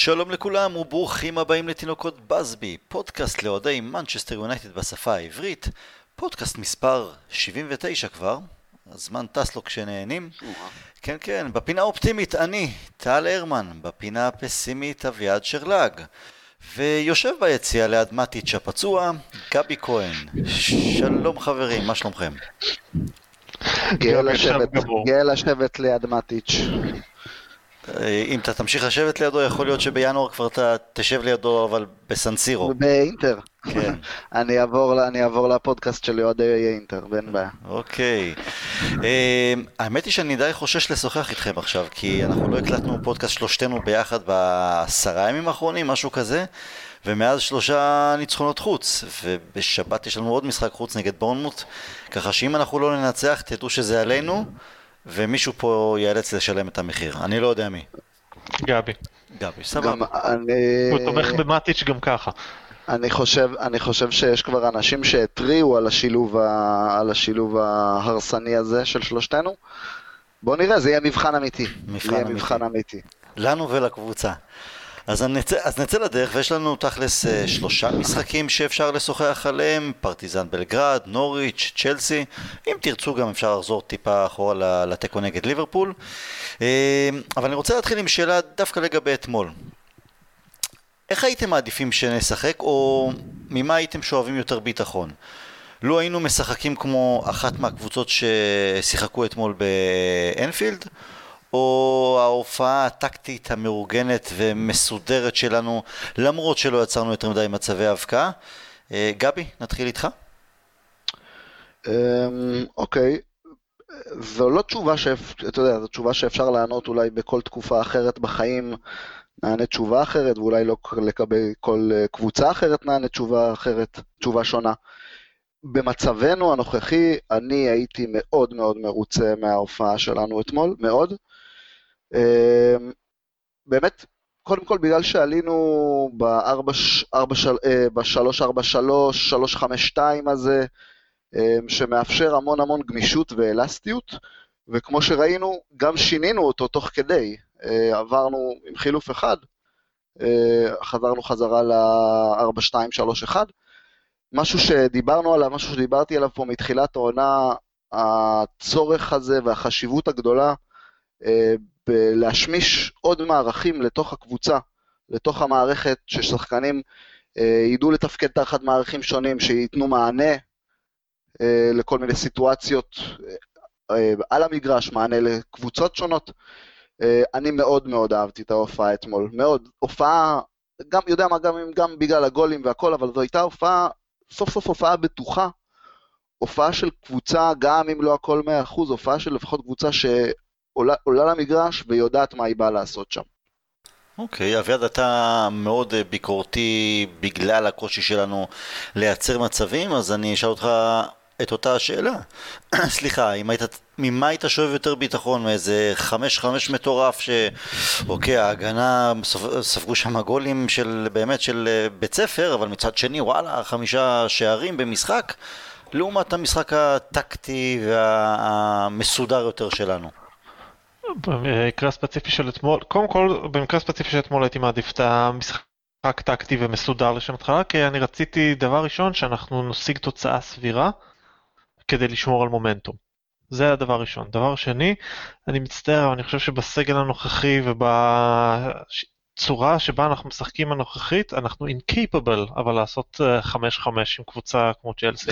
שלום לכולם וברוכים הבאים לתינוקות בסבי, פודקאסט לאוהדי מנצ'סטר יונייטד בשפה העברית, פודקאסט מספר 79 כבר, הזמן טס לו כשנהנים. כן, כן, בפינה האופטימית אני, טל הרמן, בפינה הפסימית אביעד שרלג, ויושב ביציע ליד מטיץ' הפצוע, גבי כהן. שלום חברים, מה שלומכם? גאה לשבת ליד מטיץ'. אם אתה תמשיך לשבת לידו, יכול להיות שבינואר כבר אתה תשב לידו, אבל בסנסירו. באינטר. כן. אני אעבור לפודקאסט של אוהדי אינטר, ואין בעיה. אוקיי. האמת היא שאני די חושש לשוחח איתכם עכשיו, כי אנחנו לא הקלטנו פודקאסט שלושתנו ביחד ב10 ימים האחרונים, משהו כזה, ומאז 3 ניצחונות חוץ, ובשבת יש לנו עוד משחק חוץ נגד בורנמוט, ככה שאם אנחנו לא ננצח, תדעו שזה עלינו, ומישהו פה ייאלץ לשלם את המחיר. אני לא יודע מי. גבי, סבבה. הוא תומך במטיץ' גם ככה. אני חושב שיש כבר אנשים שהטריעו על השילוב ההרסני הזה של שלושתנו. בוא נראה, זה יהיה מבחן אמיתי. מבחן אמיתי. לנו ולקבוצה. אז נצא לדרך, ויש לנו תכלס 3 משחקים שאפשר לשוחח עליהם, פרטיזן בלגרד, נוריץ', צ'לסי, אם תרצו גם אפשר לחזור טיפה אחורה לתיקו נגד ליברפול, אבל אני רוצה להתחיל עם שאלה דווקא לגבי אתמול. איך הייתם מעדיפים שנשחק, או ממה הייתם שואבים יותר ביטחון? לא היינו משחקים כמו אחת מהקבוצות ששיחקו אתמול באנפילד, או ההופעה הטקטית המאורגנת ומסודרת שלנו, למרות שלא יצרנו יותר מדי מצבי הבקעה? גבי, נתחיל איתך. אוקיי, זו לא תשובה אתה יודע, זו תשובה שאפשר לענות אולי בכל תקופה אחרת בחיים, נענה תשובה אחרת, ואולי לא לקבל כל קבוצה אחרת נענה תשובה אחרת, תשובה שונה. במצבנו הנוכחי, אני הייתי מאוד מאוד מרוצה מההופעה שלנו אתמול, מאוד. באמת, קודם כל בגלל שעלינו ב-343, 352 הזה, שמאפשר המון המון גמישות ואלסטיות, וכמו שראינו, גם שינינו אותו תוך כדי, עברנו עם חילוף אחד, חזרנו חזרה ל-4-2-3-1, משהו שדיברנו עליו, משהו שדיברתי עליו פה מתחילת העונה, הצורך הזה והחשיבות הגדולה, בלהשמיש עוד מערכים לתוך הקבוצה, לתוך המערכת, ששחקנים ידעו לתפקד תחת מערכים שונים, שיתנו מענה לכל מיני סיטואציות על המגרש, מענה לקבוצות שונות. אני מאוד מאוד אהבתי את ההופעה אתמול, מאוד. הופעה, גם יודע מה, גם בגלל הגולים והכל, אבל זו הייתה הופעה, סוף סוף הופעה בטוחה, הופעה של קבוצה, גם אם לא הכל 100%, הופעה של לפחות קבוצה שעולה למגרש ויודעת מה היא באה לעשות שם. אוקיי, אביעד, אתה מאוד ביקורתי בגלל הקושי שלנו לייצר מצבים, אז אני אשאל אותך את אותה השאלה. סליחה, ממה היית שואב יותר ביטחון? מאיזה 5-5 מטורף אוקיי, ההגנה ספגו שם גולים באמת של בית ספר, אבל מצד שני, וואלה, 5 שערים במשחק, לעומת המשחק הטקטי והמסודר יותר שלנו. במקרה הספציפי של אתמול, קודם כל, במקרה הספציפי של אתמול הייתי מעדיף את המשחק טקטי ומסודר לשם התחלה, כי אני רציתי דבר ראשון שאנחנו נשיג תוצאה סבירה כדי לשמור על מומנטום. זה הדבר ראשון. דבר שני, אני מצטער, אבל אני חושב שבסגל הנוכחי ובצורה שבה אנחנו משחקים הנוכחית, אנחנו incapable, אבל לעשות 5-5 עם קבוצה כמו צ'לסי.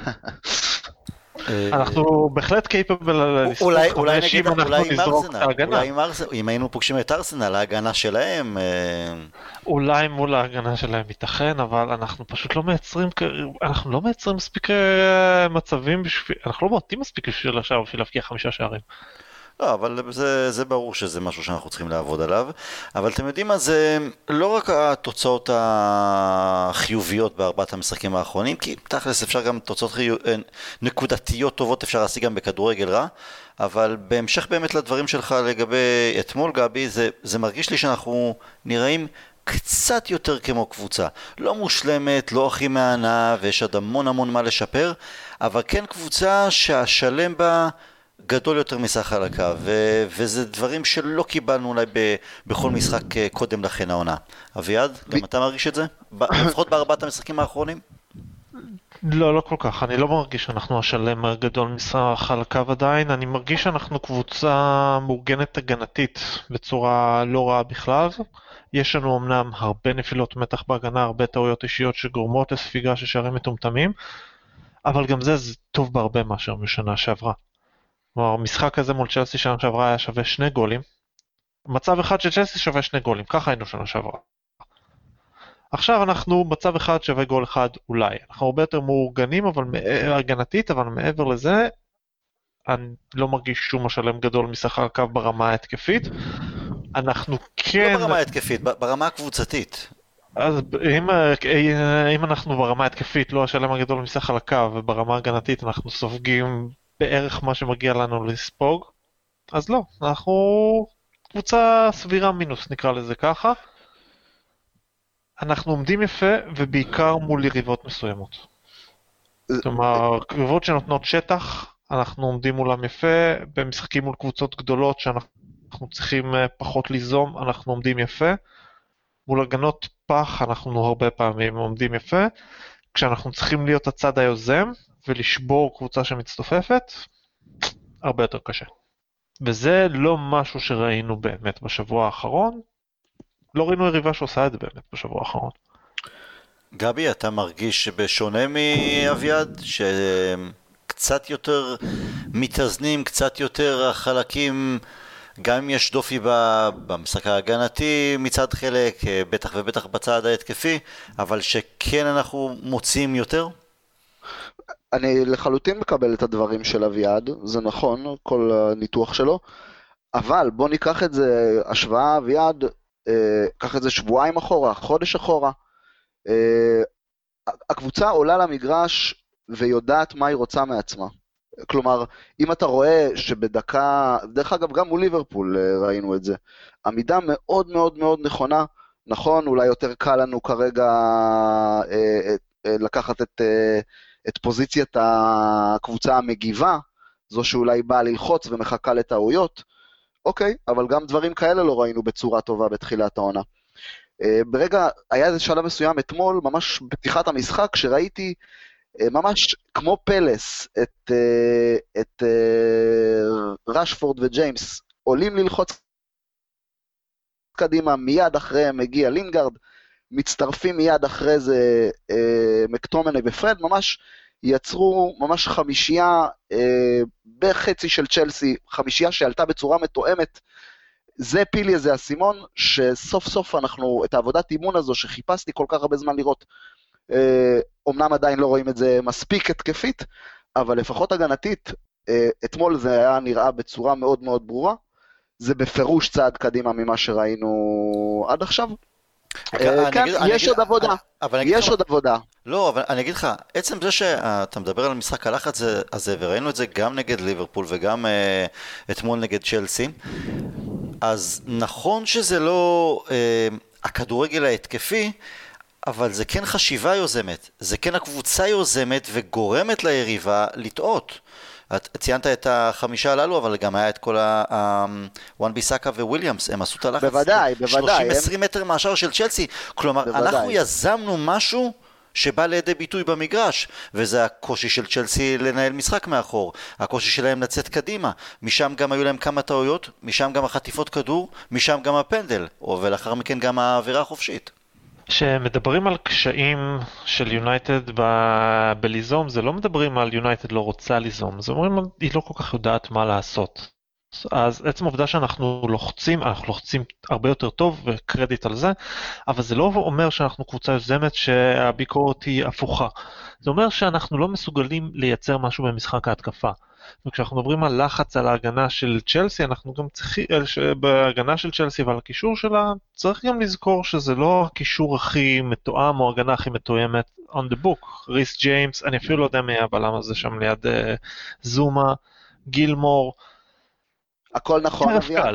אנחנו בהחלט capable לספור 5 אם אנחנו נזרוק את ההגנה. אם היינו פוגשים את ארסנל, ההגנה שלהם... אולי מול ההגנה שלהם ייתכן, אבל אנחנו פשוט לא מייצרים מספיק מצבים, אנחנו לא בועטים מספיק בשביל השער, בשביל להפקיע 5 שערים. לא, אבל זה ברור שזה משהו שאנחנו צריכים לעבוד עליו, אבל אתם יודעים מה, זה לא רק התוצאות החיוביות בארבעת המשחקים האחרונים, כי תכלס אפשר גם תוצאות נקודתיות טובות אפשר להשיג גם בכדורגל רע, אבל בהמשך באמת לדברים שלך לגבי אתמול גבי, זה מרגיש לי שאנחנו נראים קצת יותר כמו קבוצה, לא מושלמת, לא הכי מענה, ויש עד המון מה לשפר, אבל כן קבוצה שהשלם בה גדול יותר מסך חלקה, וזה דברים שלא קיבלנו אולי בכל משחק קודם לכן העונה. אביעד, גם אתה מרגיש את זה? לפחות בארבעת המשחקים האחרונים? לא, לא כל כך. אני לא מרגיש שאנחנו השלם הגדול מסך חלקה עדיין. אני מרגיש שאנחנו קבוצה מאורגנת הגנתית בצורה לא רעה בכלל. יש לנו אמנם הרבה נפילות מתח בהגנה, הרבה טעויות אישיות שגורמות לספיגה של שערים מטומטמים, אבל גם זה טוב בהרבה מאשר משנה שעברה. כלומר, המשחק הזה מול צ'לסי שנה שעברה היה שווה 2 גולים. מצב אחד של צ'לסי שווה 2 גולים, ככה היינו שנה שעברה. עכשיו אנחנו מצב אחד שווה גול אחד אולי. אנחנו הרבה יותר מאורגנים הגנתית, אבל מעבר לזה, אני לא מרגיש שום השלם גדול מסך הקו ברמה ההתקפית. אנחנו כן... לא ברמה ההתקפית, ברמה הקבוצתית. אז אם אנחנו ברמה ההתקפית, לא השלם הגדול מסך הקו, וברמה ההגנתית אנחנו סופגים בערך מה שמגיע לנו לספוג, אז לא, אנחנו קבוצה סבירה מינוס, נקרא לזה ככה. אנחנו עומדים יפה, ובעיקר מול יריבות מסוימות. כלומר, יריבות שנותנות שטח, אנחנו עומדים מולם יפה, במשחקים מול קבוצות גדולות שאנחנו צריכים פחות ליזום, אנחנו עומדים יפה. מול הגנות פח אנחנו הרבה פעמים עומדים יפה, כשאנחנו צריכים להיות הצד היוזם, ולשבור קבוצה שמצטופפת, הרבה יותר קשה. וזה לא משהו שראינו באמת בשבוע האחרון, לא ראינו יריבה שעושה את זה באמת בשבוע האחרון. גבי, אתה מרגיש בשונה מאביעד, שקצת יותר מתאזנים, קצת יותר חלקים, גם אם יש דופי במשחק ההגנתי מצד חלק, בטח ובטח בצד ההתקפי, אבל שכן אנחנו מוצאים יותר? אני לחלוטין מקבל את הדברים של אביעד, זה נכון, כל הניתוח שלו, אבל בוא ניקח את זה, השוואה אביעד, קח את זה שבועיים אחורה, חודש אחורה, הקבוצה עולה למגרש ויודעת מה היא רוצה מעצמה. כלומר, אם אתה רואה שבדקה, דרך אגב גם מול ליברפול ראינו את זה, עמידה מאוד מאוד מאוד נכונה, נכון, אולי יותר קל לנו כרגע לקחת את פוזיציית הקבוצה המגיבה, זו שאולי באה ללחוץ ומחכה לטעויות, אוקיי, אבל גם דברים כאלה לא ראינו בצורה טובה בתחילת העונה. ברגע, היה איזה שלב מסוים אתמול, ממש בפתיחת המשחק, שראיתי ממש כמו פלס את רשפורד וג'יימס עולים ללחוץ קדימה, מיד אחריהם מגיע לינגארד, מצטרפים מיד אחרי זה מקטומני ופרד, ממש יצרו ממש חמישייה בחצי של צ'לסי, חמישייה שעלתה בצורה מתואמת. זה פילי, זה הסימון, שסוף סוף אנחנו, את העבודת אימון הזו שחיפשתי כל כך הרבה זמן לראות, אמנם עדיין לא רואים את זה מספיק התקפית, אבל לפחות הגנתית, אתמול זה היה נראה בצורה מאוד מאוד ברורה, זה בפירוש צעד קדימה ממה שראינו עד עכשיו. כן, יש עוד עבודה, יש עוד עבודה. לא, אבל אני אגיד לך, עצם זה שאתה מדבר על משחק הלחץ הזה, וראינו את זה גם נגד ליברפול וגם אתמול נגד צ'לסי, אז נכון שזה לא הכדורגל ההתקפי, אבל זה כן חשיבה יוזמת, זה כן הקבוצה יוזמת וגורמת ליריבה לטעות. ציינת את החמישה הללו, אבל גם היה את כל וואן ביסאקה וויליאמס, הם עשו את הלחץ. בוודאי, בוודאי. 30-20 מטר מהשאר של צ'לסי, כלומר, אנחנו יזמנו משהו שבא לידי ביטוי במגרש, וזה הקושי של צ'לסי לנהל משחק מאחור, הקושי שלהם לצאת קדימה, משם גם היו להם כמה טעויות, משם גם החטיפות כדור, משם גם הפנדל, ולאחר מכן גם העבירה החופשית. שמדברים על קשיים של יונייטד בליזום, זה לא מדברים על יונייטד לא רוצה ליזום, זה אומרים היא לא כל כך יודעת מה לעשות. אז עצם העובדה שאנחנו לוחצים, אנחנו לוחצים הרבה יותר טוב וקרדיט על זה, אבל זה לא אומר שאנחנו קבוצה יוזמת שהביקורת היא הפוכה. זה אומר שאנחנו לא מסוגלים לייצר משהו במשחק ההתקפה. וכשאנחנו מדברים על לחץ על ההגנה של צ'לסי, אנחנו גם צריכים, בהגנה של צ'לסי ועל הקישור שלה, צריך גם לזכור שזה לא הקישור הכי מתואם או ההגנה הכי מתואמת on the book. ריס ג'יימס, אני אפילו לא יודע מי הבלם הזה שם ליד זומה, גילמור. הכל נכון,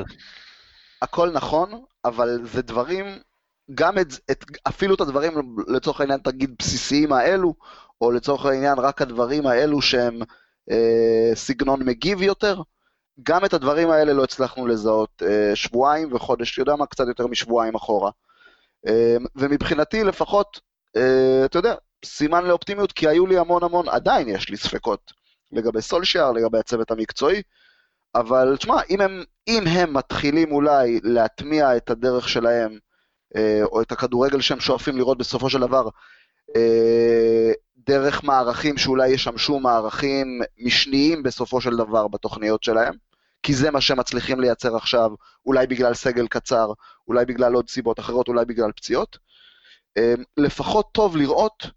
הכל נכון, אבל זה דברים, גם אפילו את הדברים לצורך העניין תגיד בסיסיים האלו, או לצורך העניין רק הדברים האלו שהם סגנון מגיב יותר, גם את הדברים האלה לא הצלחנו לזהות שבועיים וחודש, יודע מה, קצת יותר משבועיים אחורה. ומבחינתי לפחות, אתה יודע, סימן לאופטימיות, כי היו לי המון, עדיין יש לי ספקות לגבי סולשייר, לגבי הצוות המקצועי, אבל תשמע, אם הם מתחילים אולי להטמיע את הדרך שלהם, או את הכדורגל שהם שואפים לראות בסופו של דבר, דרך מערכים שאולי ישמשו מערכים משניים בסופו של דבר בתוכניות שלהם, כי זה מה שהם מצליחים לייצר עכשיו, אולי בגלל סגל קצר, אולי בגלל עוד סיבות אחרות, אולי בגלל פציעות. לפחות טוב לראות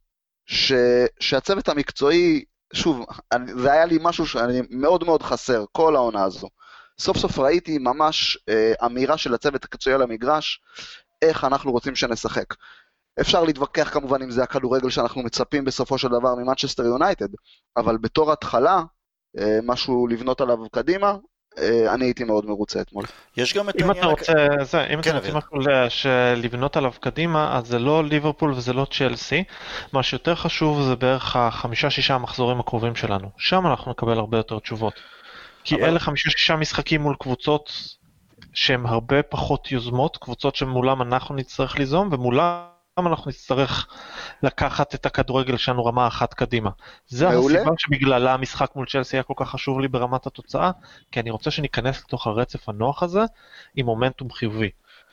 שהצוות המקצועי, שוב, זה היה לי משהו שאני מאוד מאוד חסר, כל העונה הזו. סוף סוף ראיתי ממש אמירה של הצוות המקצועי על המגרש, איך אנחנו רוצים שנשחק. אפשר להתווכח כמובן אם זה הכדורגל שאנחנו מצפים בסופו של דבר ממנצ'סטר יונייטד, אבל בתור התחלה, משהו לבנות עליו קדימה, אני הייתי מאוד מרוצה אתמול. יש גם את אם אתה רוצה, אם אתה רוצה משהו לבנות עליו קדימה, אז זה לא ליברפול וזה לא צ'לסי. מה שיותר חשוב זה בערך 5-6 המחזורים הקרובים שלנו. שם אנחנו נקבל הרבה יותר תשובות. כי אלה 5-6 משחקים מול קבוצות שהן הרבה פחות יוזמות, קבוצות שמולם אנחנו נצטרך ליזום, ומולם אנחנו נצטרך לקחת את הכדורגל שלנו רמה אחת קדימה. זה הסיבה שבגללה המשחק מול צ'לסי היה כל כך חשוב לי ברמת התוצאה, כי אני רוצה שניכנס לתוך הרצף הנוח הזה עם מומנטום חיובי.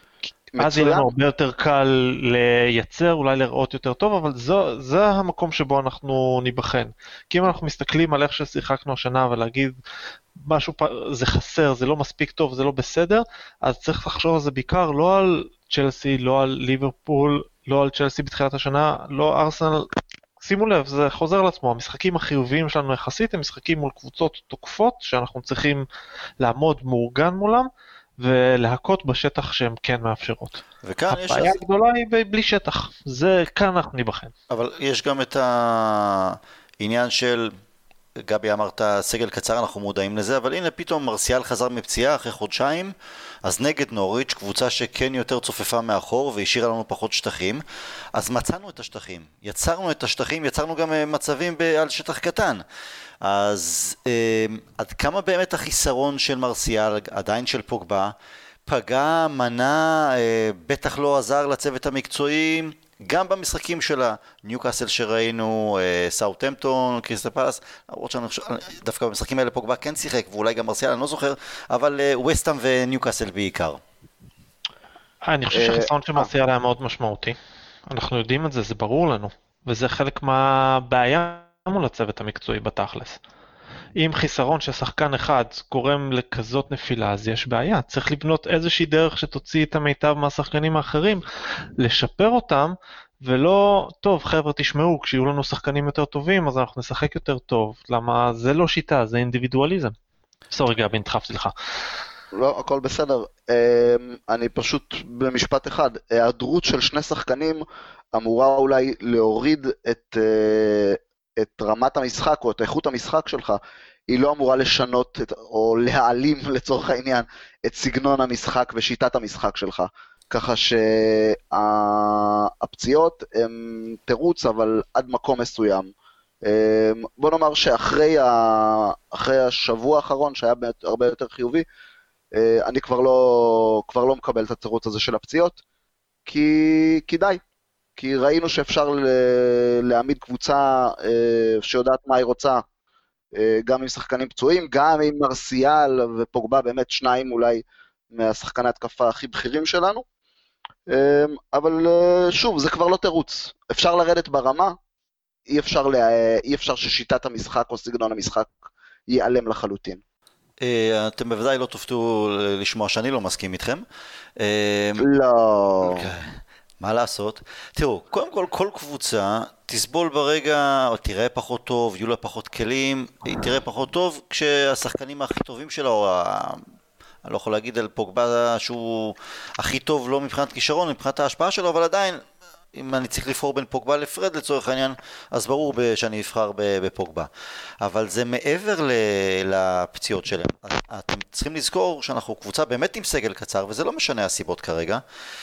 אז יהיה לנו הרבה יותר קל לייצר, אולי לראות יותר טוב, אבל זה המקום שבו אנחנו ניבחן. כי אם אנחנו מסתכלים על איך ששיחקנו השנה ולהגיד משהו, זה חסר, זה לא מספיק טוב, זה לא בסדר, אז צריך לחשוב על זה בעיקר לא על צ'לסי, לא על ליברפול, לא על צ'לסי בתחילת השנה, לא ארסנל. שימו לב, זה חוזר לעצמו, המשחקים החיוביים שלנו יחסית הם משחקים מול קבוצות תוקפות, שאנחנו צריכים לעמוד מאורגן מולם, ולהכות בשטח שהן כן מאפשרות. הבעיה הגדולה היא בלי שטח, זה כאן אנחנו ניבחן. אבל יש גם את העניין של, גבי אמרת, סגל קצר, אנחנו מודעים לזה, אבל הנה פתאום מרסיאל חזר מפציעה אחרי חודשיים, אז נגד נוריץ', קבוצה שכן יותר צופפה מאחור והשאירה לנו פחות שטחים, אז מצאנו את השטחים, יצרנו את השטחים, יצרנו גם מצבים על שטח קטן. אז עד כמה באמת החיסרון של מרסיאל, עדיין של פוגבה, פגע, מנע, בטח לא עזר לצוות המקצועי, גם במשחקים שלה, ניוקאסל שראינו, סאות'המפטון, קריסטל פלאס, למרות דווקא במשחקים האלה פוגבה כן שיחק, ואולי גם מרסיאל, אני לא זוכר, אבל וסטהאם וניוקאסל בעיקר. אני חושב שהחיסרון של מרסיאל היה מאוד משמעותי. אנחנו יודעים את זה, זה ברור לנו, וזה חלק מהבעיה מול הצוות המקצועי בתכלס. אם חיסרון ששחקן אחד גורם לכזאת נפילה, אז יש בעיה. צריך לבנות איזושהי דרך שתוציא את המיטב מהשחקנים האחרים, לשפר אותם, ולא, טוב חבר'ה תשמעו, כשיהיו לנו שחקנים יותר טובים, אז אנחנו נשחק יותר טוב. למה? זה לא שיטה, זה אינדיבידואליזם. סורי גבי, נדחפתי לך. לא, הכל בסדר. אני פשוט במשפט אחד, היעדרות של שני שחקנים אמורה אולי להוריד את רמת המשחק או את איכות המשחק שלך, היא לא אמורה לשנות או להעלים לצורך העניין את סגנון המשחק ושיטת המשחק שלך. ככה שהפציעות הם תירוץ, אבל עד מקום מסוים. בוא נאמר שאחרי השבוע האחרון שהיה הרבה יותר חיובי, אני כבר לא מקבל את התירוץ הזה של הפציעות, כי די. כי ראינו שאפשר להעמיד קבוצה שיודעת מה היא רוצה, גם עם שחקנים פצועים, גם עם מרסיאל ופוגבה, באמת שניים אולי מהשחקני התקפה הכי בכירים שלנו, אבל שוב, זה כבר לא תירוץ. אפשר לרדת ברמה, אי אפשר ששיטת המשחק או סגנון המשחק ייעלם לחלוטין. אתם בוודאי לא תופתעו לשמוע שאני לא מסכים איתכם. לא. מה לעשות? תראו, קודם כל, כל קבוצה תסבול ברגע, או תראה פחות טוב, יהיו לה פחות כלים, היא תראה פחות טוב כשהשחקנים הכי טובים שלה, או אני לא יכול להגיד על פוגבה שהוא הכי טוב לא מבחינת כישרון, מבחינת ההשפעה שלו, אבל עדיין, אם אני צריך לבחור בין פוגבה לפרד לצורך העניין, אז ברור שאני אבחר בפוגבה. אבל זה מעבר לפציעות שלהם. אתם צריכים לזכור שאנחנו קבוצה באמת עם סגל קצר, וזה לא משנה הסיבות כרגע,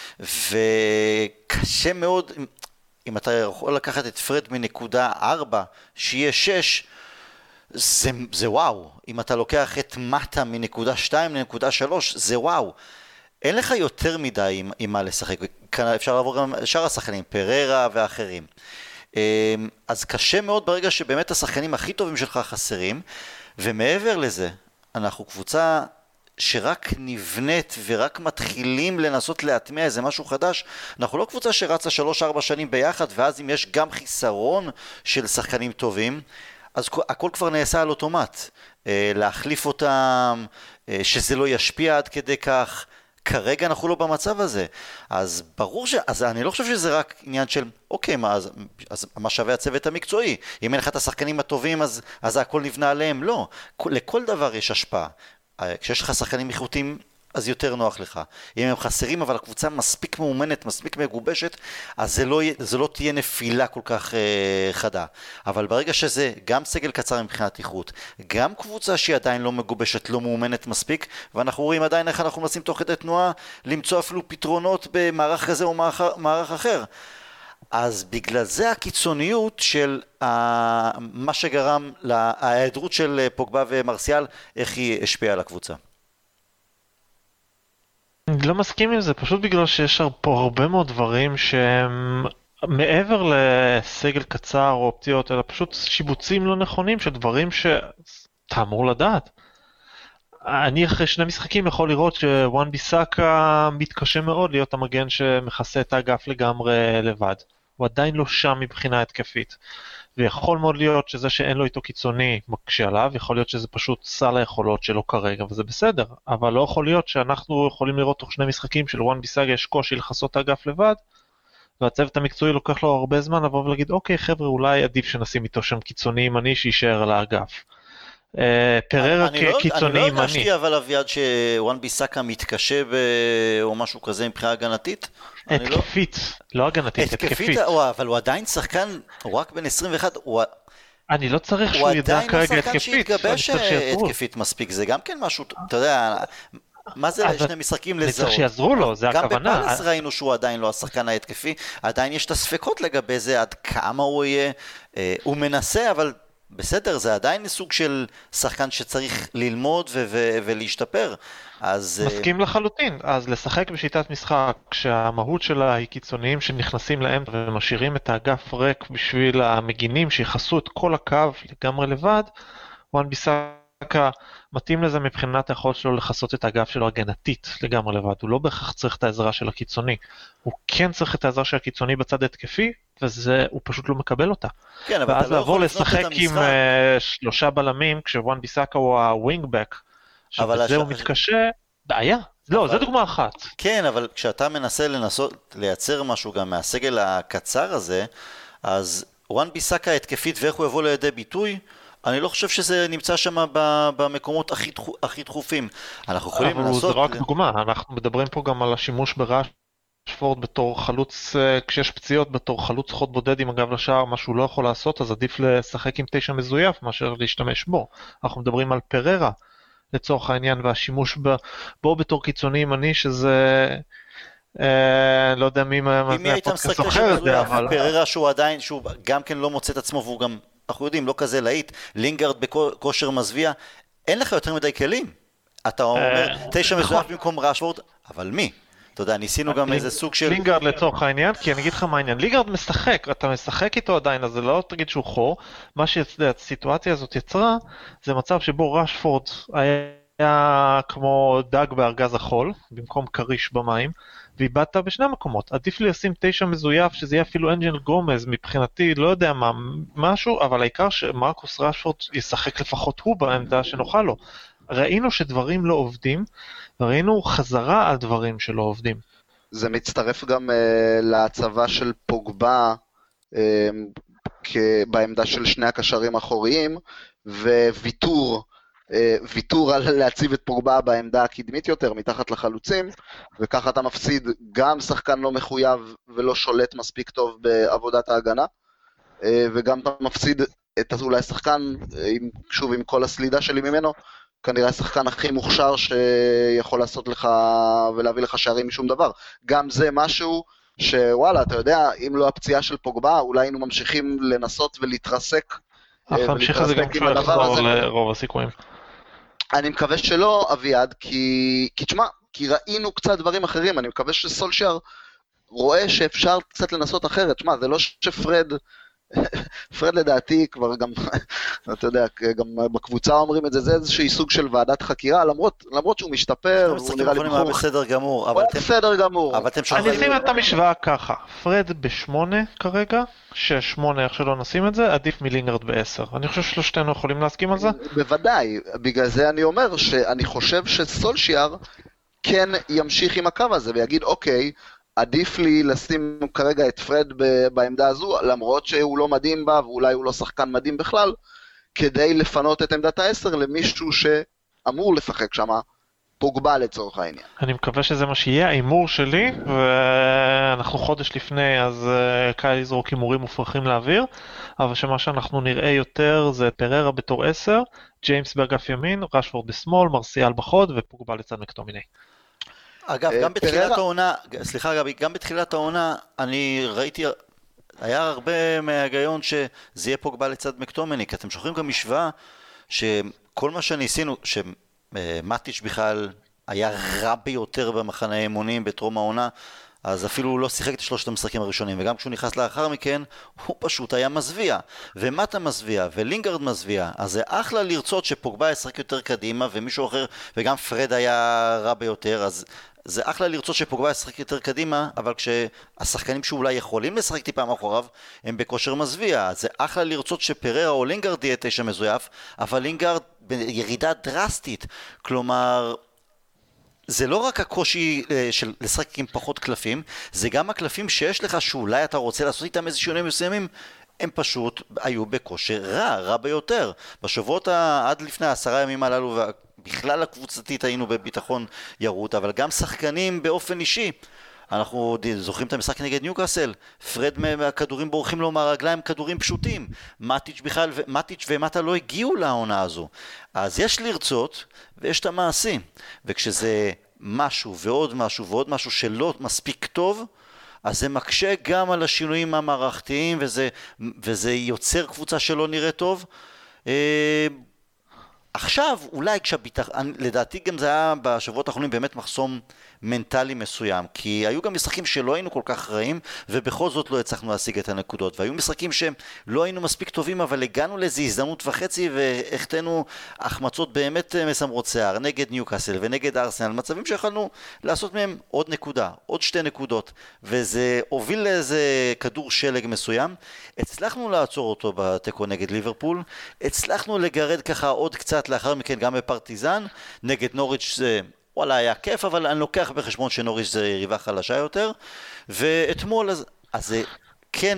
וקשה מאוד, אם אתה יכול לקחת את פרד מנקודה 4, שיהיה 6, זה וואו, אם אתה לוקח את מטה מנקודה 2 לנקודה 3, זה וואו. אין לך יותר מדי עם מה לשחק, אפשר לעבור גם שאר השחקנים, פררה ואחרים. אז קשה מאוד ברגע שבאמת השחקנים הכי טובים שלך חסרים, ומעבר לזה, אנחנו קבוצה שרק נבנית ורק מתחילים לנסות להטמיע איזה משהו חדש. אנחנו לא קבוצה שרצה 3-4 שנים ביחד, ואז אם יש גם חיסרון של שחקנים טובים, אז הכל כבר נעשה על אוטומט. להחליף אותם, שזה לא ישפיע עד כדי כך. כרגע אנחנו לא במצב הזה. אז ברור אז אני לא חושב שזה רק עניין של, אוקיי, אז מה שווה הצוות המקצועי? אם אין לך את השחקנים הטובים, אז הכל נבנה עליהם? לא. לכל דבר יש השפעה. כשיש לך שחקנים איכותיים, אז יותר נוח לך. אם הם חסרים, אבל הקבוצה מספיק מאומנת, מספיק מגובשת, אז זה לא תהיה נפילה כל כך חדה. אבל ברגע שזה גם סגל קצר מבחינת איכות, גם קבוצה שהיא עדיין לא מגובשת, לא מאומנת מספיק, ואנחנו רואים עדיין איך אנחנו מנסים תוך כדי תנועה, למצוא אפילו פתרונות במערך כזה או מערך אחר. אז בגלל זה הקיצוניות של מה שגרם להיעדרות של פוגבה ומרסיאל, איך היא השפיעה על הקבוצה. אני לא מסכים עם זה, פשוט בגלל שיש פה הרבה מאוד דברים שהם מעבר לסגל קצר או אופציות, אלא פשוט שיבוצים לא נכונים של דברים שאתה אמור לדעת. אני אחרי 2 משחקים יכול לראות שוואן ביסאקה מתקשה מאוד להיות המגן שמכסה את האגף לגמרי לבד. הוא עדיין לא שם מבחינה התקפית. ויכול מאוד להיות שזה שאין לו איתו קיצוני מקשה עליו, יכול להיות שזה פשוט סל היכולות שלו כרגע, וזה בסדר. אבל לא יכול להיות שאנחנו יכולים לראות תוך 2 משחקים של וואן ביסאגה יש קושי לחסות את האגף לבד, והצוות המקצועי לוקח לו הרבה זמן לבוא ולהגיד, אוקיי חבר'ה, אולי עדיף שנשים איתו שם קיצוני ימני שישאר על האגף. פררה כקיצוני ימני. אני לא הרגשתי אבל אביעד שוואן ביסאקה מתקשה או משהו כזה מבחינה הגנתית. התקפית, לא הגנתית, התקפית. אבל הוא עדיין שחקן, הוא רק בן 21, אני לא צריך שהוא ידע כרגע התקפית. הוא עדיין לא שחקן שהתגבש התקפית מספיק, זה גם כן משהו, אתה יודע, מה זה 2 משחקים לזהות? אני צריך שיעזרו לו, זה הכוונה. גם בפלס ראינו שהוא עדיין לא השחקן ההתקפי, עדיין יש את הספקות לגבי זה, עד כמה הוא יהיה, הוא מנסה, אבל בסדר, זה עדיין סוג של שחקן שצריך ללמוד ולהשתפר. מסכים לחלוטין. אז לשחק בשיטת משחק שהמהות שלה היא קיצוניים שנכנסים להם ומשאירים את האגף ריק בשביל המגינים שיחסו את כל הקו לגמרי לבד, וואן ביסאקה מתאים לזה מבחינת היכולת שלו לחסות את האגף שלו הגנתית לגמרי לבד. הוא לא בהכרח צריך את העזרה של הקיצוני. הוא כן צריך את העזרה של הקיצוני בצד התקפי, הוא פשוט לא מקבל אותה. כן, אבל ואז לעבור לשחק עם 3 בלמים, כשוואן ביסאקה הוא הווינגבק, שבזה הוא מתקשה, בעיה. לא, זו דוגמה אחת. כן, אבל כשאתה לנסות לייצר משהו גם מהסגל הקצר הזה, אז וואן ביסאקה התקפית ואיך הוא יבוא לידי ביטוי, אני לא חושב שזה נמצא שם במקומות הכי דחופים. אנחנו יכולים לנסות... אבל זה רק דוגמה, אנחנו מדברים פה גם על השימוש רשפורד בתור חלוץ, כשיש פציעות בתור חלוץ חוד בודד עם הגב לשער, מה שהוא לא יכול לעשות, אז עדיף לשחק עם 9 מזויף מאשר להשתמש בו. אנחנו מדברים על פררה לצורך העניין, והשימוש בו בתור קיצוני ימני, שזה לא יודע מי הפודקאסט זוכר את זה, אבל פררה שהוא עדיין, שהוא גם כן לא מוצא את עצמו, והוא גם, אנחנו יודעים, לא כזה להיט, לינגארד בכושר מזוויע, אין לך יותר מדי כלים. אתה אומר 9 מזויף במקום רשפורד, אבל מי? אתה יודע, ניסינו גם איזה סוג של... לינגארד לצורך העניין, כי אני אגיד לך מה העניין, לינגארד משחק, אתה משחק איתו עדיין, אז זה לא תגיד שהוא חור, מה שהסיטואציה הזאת יצרה, זה מצב שבו רשפורד היה כמו דג בארגז החול, במקום קריש במים, ואיבדת בשני המקומות. עדיף לי לשים 9 מזויף, שזה יהיה אפילו אנג'ל גומז, מבחינתי, לא יודע מה, משהו, אבל העיקר שמרקוס רשפורד ישחק לפחות הוא בעמדה שנוכל לו. ראינו שדברים לא עובדים, וראינו חזרה על דברים שלא עובדים. זה מצטרף גם להצבה של פוגבה בעמדה של 2 הקשרים האחוריים, וויתור על להציב את פוגבה בעמדה הקדמית יותר, מתחת לחלוצים, וככה אתה מפסיד גם שחקן לא מחויב ולא שולט מספיק טוב בעבודת ההגנה, וגם אתה מפסיד את אולי שחקן, שוב עם כל הסלידה שלי ממנו, כנראה השחקן הכי מוכשר שיכול לעשות לך ולהביא לך שערים משום דבר. גם זה משהו שוואלה, אתה יודע, אם לא הפציעה של פוגבה, אולי היינו ממשיכים לנסות ולהתרסק אנחנו נמשיך את זה גם כשהוא יחזור לרוב הסיכויים. אני מקווה שלא, אביעד, כי תשמע, כי ראינו קצת דברים אחרים, אני מקווה שסולשייר רואה שאפשר קצת לנסות אחרת. תשמע, זה לא שפרד, פרד לדעתי כבר גם, אתה יודע, גם בקבוצה אומרים את זה, זה איזשהו סוג של ועדת חקירה, למרות שהוא משתפר, הוא נראה לי בחור בסדר גמור, הוא בסדר גמור. אני אשים את המשוואה ככה, פרד ב8 כרגע, ש8 איך שלא נשים את זה, עדיף מלינגרד ב10. אני חושב שלושתנו יכולים להסכים על זה? בוודאי, בגלל זה אני אומר שאני חושב שסולשייר כן ימשיך עם הקו הזה ויגיד אוקיי, עדיף לי לשים כרגע את פרד בעמדה הזו, למרות שהוא לא מדהים בה, ואולי הוא לא שחקן מדהים בכלל, כדי לפנות את עמדת ה10 למישהו שאמור לשחק שם, פוגבה לצורך העניין. אני מקווה שזה מה שיהיה, האימור שלי, ואנחנו חודש לפני, אז קל לזרוק הימורים מופרכים לאוויר, אבל שמה שאנחנו נראה יותר זה פררה בתור 10, ג'יימס באגף ימין, רשפורד בשמאל, מרסיאל בחוד, ופוגבה לצד מקטומיני. אגב, גם בתחילת העונה, סליחה גבי, גם בתחילת העונה, אני ראיתי, היה הרבה מההיגיון שזה יהיה פוגבה לצד מקטומני, כי אתם שוכרים גם משוואה שכל מה שניסינו, שמטיץ' בכלל היה רע ביותר במחנה האימונים בטרום העונה, אז אפילו הוא לא שיחק את שלושת המשחקים הראשונים, וגם כשהוא נכנס לאחר מכן, הוא פשוט היה מזוויע, ומטה מזוויע, ולינגרד מזוויע, אז זה אחלה לרצות שפוגבה ישחק יותר קדימה, ומישהו אחר, וגם פרד היה רע ביותר, אז זה אחלה לרצות שפוגבה ישחק יותר קדימה, אבל כשהשחקנים שאולי יכולים לשחק טיפה מאחוריו, הם בכושר מזוויע, אז זה אחלה לרצות שפררה או לינגרד יהיה 9 מזויף, אבל לינגרד בירידה דרסטית, כלומר זה לא רק הקושי של לשחק עם פחות קלפים, זה גם הקלפים שיש לך שאולי אתה רוצה לעשות איתם איזה שינויים מסוימים, הם פשוט היו בכושר רע ביותר. בשבועות עד לפני 10 ימים הללו, בכלל הקבוצתית היינו בביטחון ירוד, אבל גם שחקנים באופן אישי. אנחנו זוכרים את המשחק נגד ניוקאסל, פרד מהכדורים בורחים לו מהרגליים, כדורים פשוטים. מטיץ' ומטה לא הגיעו לעונה הזו. אז יש לרצות ויש את המעשים. וכשזה משהו ועוד משהו ועוד משהו שלא מספיק טוב, אז זה מקשה גם על השינויים המערכתיים, וזה יוצר קבוצה שלא נראה טוב. עכשיו, אולי לדעתי גם זה היה בשבועות האחרונים באמת מחסום מנטלי מסוים, כי היו גם משחקים שלא היינו כל כך רעים, ובכל זאת לא הצלחנו להשיג את הנקודות, והיו משחקים שלא היינו מספיק טובים, אבל הגענו לאיזו הזדמנות וחצי, והחטאנו החמצות באמת מסמרות שיער, נגד ניוקאסל ונגד ארסנל, מצבים שיכולנו לעשות מהם עוד נקודה, עוד 2 נקודות, וזה הוביל לאיזה כדור שלג מסוים, הצלחנו לעצור אותו בתיקו נגד ליברפול, הצלחנו לגרד ככה עוד קצת לאחר מכן גם בפרטיזן, נגד נוריץ' זה וואלה היה כיף, אבל אני לוקח בחשבון שנוריץ' זה יריבה חלשה יותר, ואתמול אז זה כן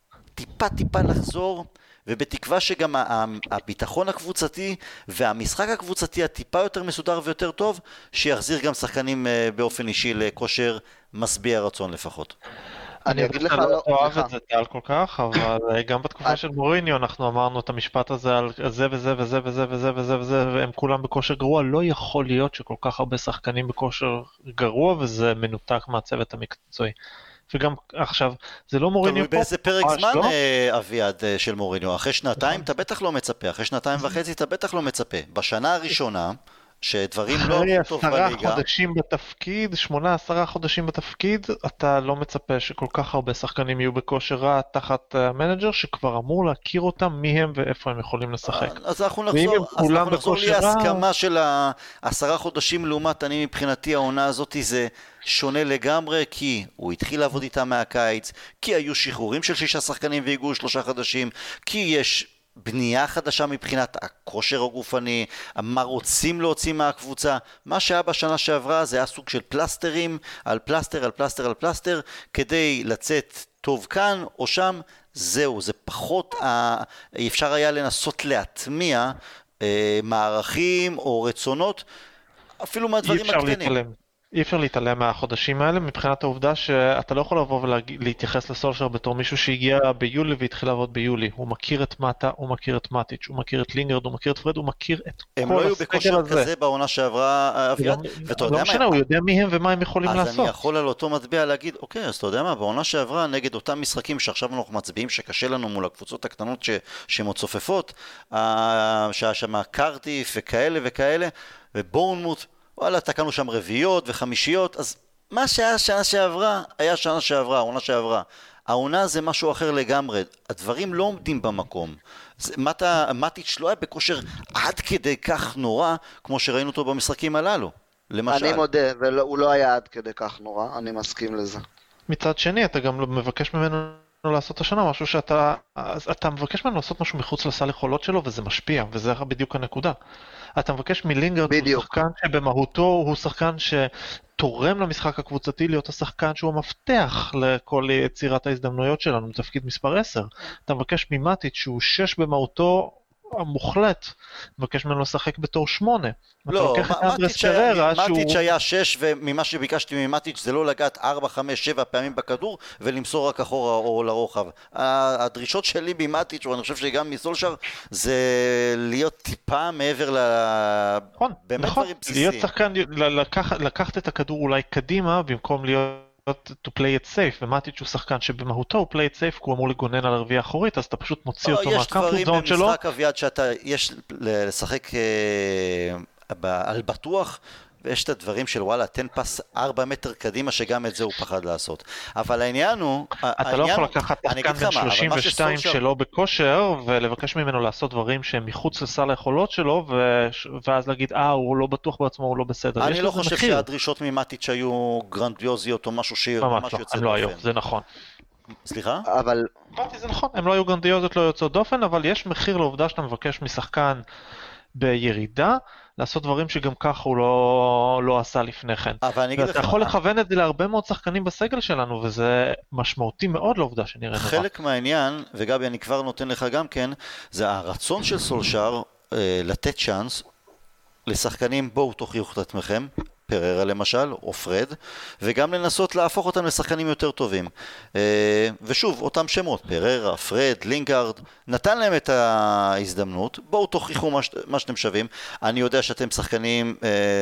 טיפה לחזור, ובתקווה שגם הביטחון הקבוצתי והמשחק הקבוצתי הטיפה יותר מסודר ויותר טוב, שיחזיר גם שחקנים באופן אישי לכושר משביע רצון לפחות. אני אגיד לך, לא אוהב את זה טל כל כך, אבל גם בתקופה של מוריניו אנחנו אמרנו את המשפט הזה על זה וזה וזה וזה וזה וזה וזה, והם כולם בכושר גרוע. לא יכול להיות שכל כך הרבה שחקנים בכושר גרוע, וזה מנותק מהצוות המקצועי. וגם עכשיו, זה לא מוריניו פה. תלוי באיזה פרק זמן אביעד של מוריניו. אחרי 2 אתה בטח לא מצפה, אחרי 2.5 אתה בטח לא מצפה. בשנה הראשונה שדברים לא עברו טוב בליגה. אחרי 10 חודשים בתפקיד, 8-10 חודשים בתפקיד, אתה לא מצפה שכל כך הרבה שחקנים יהיו בכושר רע תחת המנג'ר, שכבר אמור להכיר אותם מי הם ואיפה הם יכולים לשחק. אז אנחנו נחזור להסכמה של 10 חודשים לעומת, אני מבחינתי העונה הזאת זה שונה לגמרי, כי הוא התחיל לעבוד איתה מהקיץ, כי היו שחרורים של 6 שחקנים והגיעו 3 חדשים, כי יש בנייה חדשה מבחינת הכושר הגופני, מה רוצים להוציא מהקבוצה. מה שהיה בשנה שעברה זה היה סוג של פלסטרים על פלסטר על פלסטר על פלסטר, כדי לצאת טוב כאן או שם. זהו, זה פחות, אפשר היה לנסות להטמיע מערכים או רצונות, אפילו מהדברים הקטנים. אי אפשר להתעלם מהחודשים האלה מבחינת העובדה שאתה לא יכול לבוא ולהתייחס לסולשר בתור מישהו שהגיע ביולי והתחיל לעבוד ביולי. הוא מכיר את מטה, הוא מכיר את מטיץ', הוא מכיר את לינגרד, הוא מכיר את פרד, הוא מכיר את הם כל לא היו הסגל בכושר הזה. כזה בעונה שעברה אביעד, ואתה יודע לא משנה, מה, הוא יודע מי הם ומה הם יכולים אז לעשות. אני יכול על אותו מטבע להגיד, אוקיי, אז אתה יודע מה, בעונה שעברה נגד אותם משחקים שעכשיו אנחנו מצביעים שקשה לנו מול הקבוצות הקטנות שהן עוד צופפות, שהיה שם קרטיף וכאלה וכאלה, ובורנמוט, וואלה, תקענו שם רביעיות וחמישיות, אז מה שהיה שנה שעברה, היה שנה שעברה, העונה שעברה. העונה זה משהו אחר לגמרי, הדברים לא עומדים במקום. מטיץ' לא היה בכושר עד כדי כך נורא, כמו שראינו אותו במשחקים הללו, למשל. אני מודה, והוא לא היה עד כדי כך נורא, אני מסכים לזה. מצד שני, אתה גם מבקש ממנו לעשות השנה משהו אתה מבקש ממנו לעשות משהו מחוץ לסל יכולות שלו, וזה משפיע, וזה בדיוק הנקודה. אתה מבקש מלינגרד, הוא שחקן שבמהותו הוא שחקן שתורם למשחק הקבוצתי להיות השחקן שהוא המפתח לכל יצירת ההזדמנויות שלנו, בתפקיד מספר 10. אתה מבקש ממטיץ' שהוא 6 במהותו המוחלט, מבקש ממנו לשחק בתור 8. לא, מטיץ' היה 6, וממה שביקשתי ממטיץ' זה לא לגעת 4, 5, 7 פעמים בכדור, ולמסור רק אחורה או לרוחב. הדרישות שלי ממטיץ', ואני חושב שגם מסולשר, זה להיות טיפה מעבר באמת דברים בסיסיים. להיות שחקן, לקחת את הכדור אולי קדימה, במקום להיות to play it safe, ומטיץ' הוא שחקן שבמהותו הוא play it safe, כי הוא אמור לגונן על הרביעה האחורית, אז אתה פשוט מוציא אותו מהקמפוט זון שלו. יש דברים במשחק אביעד יש לשחק על בטוח, ויש את הדברים של וואלה, תן פס 4 מטר קדימה, שגם את זה הוא פחד לעשות. אבל העניין הוא... אתה לא יכול לקחת שחקן בן 32 שלו בכושר, ולבקש ממנו לעשות דברים שהם מחוץ לסל היכולות שלו, ואז להגיד, הוא לא בטוח בעצמו, הוא לא בסדר. אני לא חושב שהדרישות ממטיץ' היו גרנדיוזיות, או משהו ממש לא, הם לא היו, זה נכון. סליחה? אבל... זה נכון, הם לא היו גרנדיוזיות, לא יוצאות דופן, אבל יש מחיר לעובדה שאתה מבקש משחקן בירידה, לעשות דברים שגם ככה הוא לא עשה לפני כן. ואתה יכול לכוון את זה להרבה מאוד שחקנים בסגל שלנו, וזה משמעותי מאוד לעובדה שנראה נורא. חלק מהעניין, וגבי אני כבר נותן לך גם כן, זה הרצון של סולשר לתת צ'אנס לשחקנים, בואו תוכיחו את עצמכם, פררה למשל, או פרד, וגם לנסות להפוך אותם לשחקנים יותר טובים. ושוב, אותם שמות, פררה, פרד, לינגארד, נתן להם את ההזדמנות, בואו תוכיחו מה שאתם שווים. אני יודע שאתם שחקנים,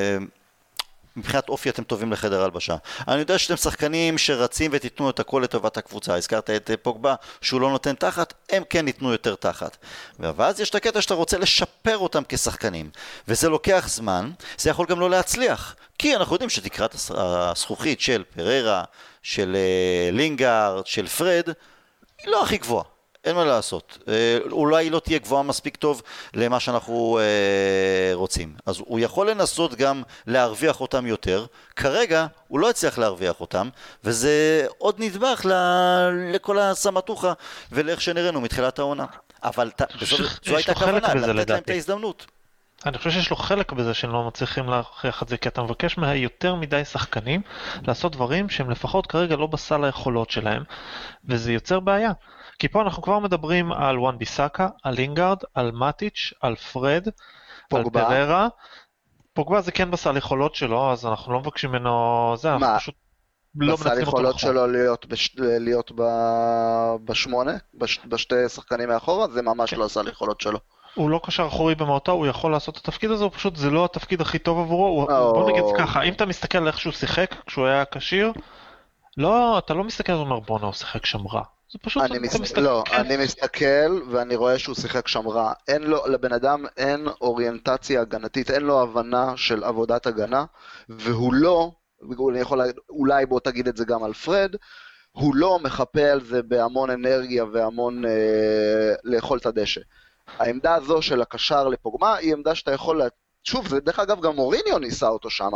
מבחינת אופי אתם טובים לחדר הלבשה. אני יודע שאתם שחקנים שרצים ותיתנו את הכל לטובת הקבוצה. הזכרת את פוגבה שהוא לא נותן תחת, הם כן ניתנו יותר תחת. ואז יש את הקטע שאתה רוצה לשפר אותם כשחקנים. וזה לוקח זמן, זה יכול גם לא להצליח. כי אנחנו יודעים שתקרת הזכוכית של פררה, של לינגארד, של פרד, היא לא הכי גבוהה. אין מה לעשות. אולי היא לא תהיה גבוהה מספיק טוב למה שאנחנו רוצים. אז הוא יכול לנסות גם להרוויח אותם יותר. כרגע הוא לא הצליח להרוויח אותם, וזה עוד נדבך לכל הסמטוחה ולאיך שנראינו מתחילת העונה. אבל זו הייתה כוונה, לתת להם את ההזדמנות. אני חושב שיש לו חלק בזה שהם לא מצליחים להכריח את זה, כי אתה מבקש יותר מדי שחקנים לעשות דברים שהם לפחות כרגע לא בסל היכולות שלהם, וזה יוצר בעיה. כי פה אנחנו כבר מדברים על וואן ביסאקה, על לינגארד, על מטיץ', על פרד, פוגבה. על פררה. פוגבה זה כן בסל יכולות שלו, אז אנחנו לא מבקשים ממנו זה, אנחנו פשוט לא מנצלים אותו. בסל יכולות שלו להיות בשמונה, בשתי שחקנים מאחורה, זה ממש לא הסל יכולות שלו. הוא לא קשר אחורי במהותו, הוא יכול לעשות את התפקיד הזה, הוא פשוט, זה לא התפקיד הכי טוב עבורו. בוא נגיד ככה, אם אתה מסתכל על איך שהוא שיחק כשהוא היה קשיר, לא, אתה לא מסתכל על אומר בונה, הוא שיחק שם רע. זה פשוט... אני מסתכל ואני רואה שהוא שיחק שם רע. לבן אדם אין אוריינטציה הגנתית, אין לו הבנה של עבודת הגנה, והוא לא, אני יכול להגיד, אולי בוא תגיד את זה גם על פרד, הוא לא מחפה על זה בהמון אנרגיה והמון לאכול את הדשא. העמדה הזו של הקשר לפוגמה היא עמדה שאתה יכול, שוב, זה דרך אגב גם מוריניו ניסה אותו שם.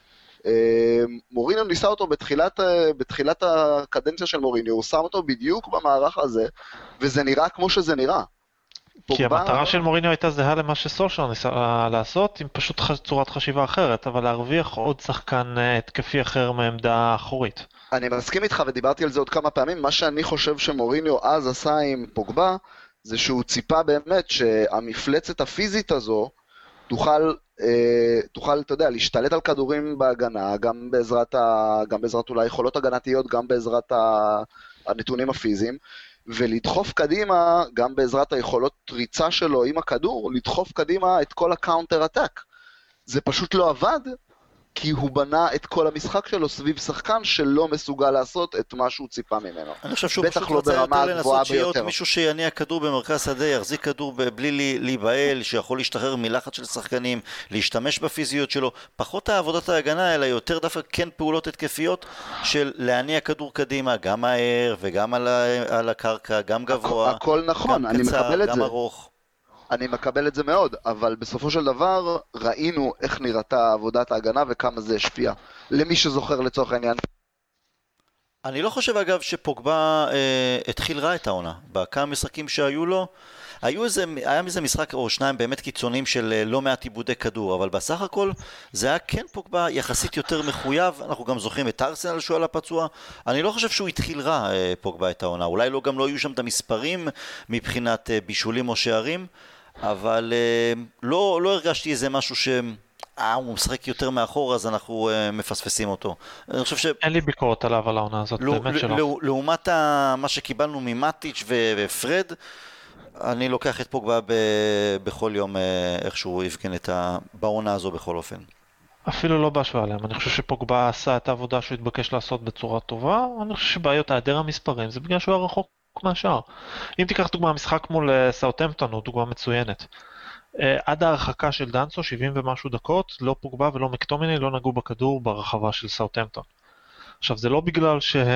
מוריניו ניסה אותו בתחילת הקדנציה של מוריניו, הוא שם אותו בדיוק במערך הזה, וזה נראה כמו שזה נראה. כי המטרה של מוריניו הייתה זהה למה שסולשר ניסה לעשות, עם פשוט צורת חשיבה אחרת, אבל להרוויח עוד שחקן התקפי אחר מהעמדה האחורית. אני מסכים איתך ודיברתי על זה עוד כמה פעמים, מה שאני חושב שמוריניו אז עשה עם פוגבה, זה שהוא ציפה באמת שהמפלצת הפיזית הזו תוכל תוכל, אתה יודע, להשתלט על כדורים בהגנה, גם בעזרת אולי יכולות הגנתיות, גם בעזרת הנתונים הפיזיים, ולדחוף קדימה, גם בעזרת היכולות ריצה שלו עם הכדור, לדחוף קדימה את כל הקאונטר אטאק. זה פשוט לא עבד, כי הוא בנה את כל המשחק שלו סביב שחקן שלא מסוגל לעשות את מה שהוא ציפה ממנו. אני חושב שהוא פשוט רצה יותר לנסות שיהיה מישהו שיניע כדור במרכז שדה, יחזיק כדור בלי להיבהל, שיכול להשתחרר מלחץ של שחקנים, להשתמש בפיזיות שלו, פחות העבודת ההגנה, אלא יותר דווקא כן פעולות התקפיות של להניע כדור קדימה, גם מהר וגם על הקרקע, גם גבוה, הכל נכון, גם קצר, גם ארוך. אני מקבל את זה מאוד, אבל בסופו של דבר ראינו איך נראתה עבודת ההגנה וכמה זה השפיע. למי שזוכר לצורך העניין. אני לא חושב אגב שפוגבה התחיל רע את העונה. בכמה משחקים שהיו לו, היה מזה משחק או שניים באמת קיצוניים של לא מעט עיבודי כדור, אבל בסך הכל זה היה כן פוגבה יחסית יותר מחויב. אנחנו גם זוכרים את ארסנל שהוא על הפצוע. אני לא חושב שהוא התחיל רע פוגבה את העונה. אולי גם לא היו שם את המספרים מבחינת בישולים או שערים, אבל לא הרגשתי איזה משהו הוא משחק יותר מאחור, אז אנחנו מפספסים אותו. אני חושב אין לי ביקורת עליו על העונה הזאת, באמת שלא. לעומת מה שקיבלנו ממטיץ' ופרד, אני לוקח את פוגבה בכל יום איכשהו יפגן בעונה הזו בכל אופן. אפילו לא בהשוואה עליהם. אני חושב שפוגבה עשה את העבודה שהוא התבקש לעשות בצורה טובה. אני חושב שבעיות היעדר המספרים זה בגלל שהוא היה רחוק מהשאר. אם תיקח דוגמה, המשחק מול סאות'המפטון הוא דוגמה מצוינת. עד ההרחקה של דנסו, 70 ומשהו דקות, לא פוגבה ולא מקטומיני לא נגעו בכדור ברחבה של סאות'המפטון. עכשיו, זה לא בגלל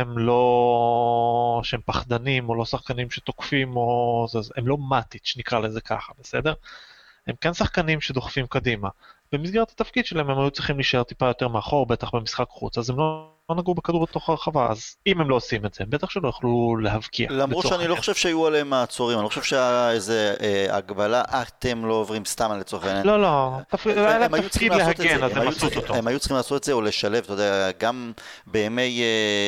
שהם פחדנים או לא שחקנים שתוקפים, הם לא מטיץ' נקרא לזה ככה, בסדר? הם כן שחקנים שדוחפים קדימה. במסגרת התפקיד שלהם הם היו צריכים להישאר טיפה יותר מאחור, בטח במשחק חוץ, אז הם לא נגעו בכדור בתוך הרחבה, אז אם הם לא עושים את זה, בטח שלא יכלו להבקיע. למרות שאני לא חושב שהיו עליהם מעצורים, אני לא חושב שאיזה הגבלה, אתם לא עוברים סתם על לצורך העניין. לא, היה להם תפקיד להגן, אז הם עשו אותו. הם היו צריכים לעשות את זה או לשלב, אתה יודע, גם בימי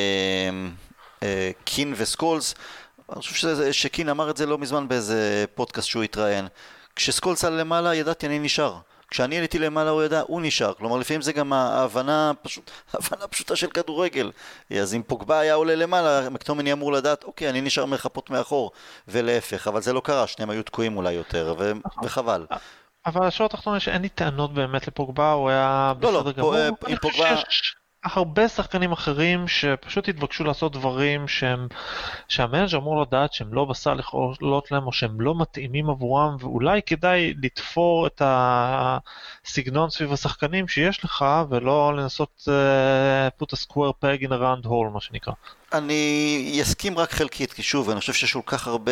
קין וסקולס, אני חושב שקין אמר את זה לא מזמן באיזה פודקאסט שהוא התראיין, כשסקולס על למעלה ידעתי אני נשאר. כשאני עליתי למעלה הוא ידע, הוא נשאר. כלומר, לפעמים זה גם ההבנה פשוטה של כדורגל. אז אם פוגבה היה עולה למעלה, מקטומיני אמור לדעת, אוקיי, אני נשאר מחפות מאחור, ולהפך. אבל זה לא קרה, שניהם היו תקועים אולי יותר, וחבל. אבל השורה התחתונה שאין לי טענות באמת לפוגבה, הוא היה בסדר גמור. עם פוגבה... הרבה שחקנים אחרים שפשוט התבקשו לעשות דברים שהמנג'ר אמור לדעת שהם לא בסל יכולות להם או שהם לא מתאימים עבורם, ואולי כדאי לתפור את הסגנון סביב השחקנים שיש לך ולא לנסות put a square peg in a round hole מה שנקרא. אני אסכים רק חלקית, כי שוב, אני חושב שיש כל כך הרבה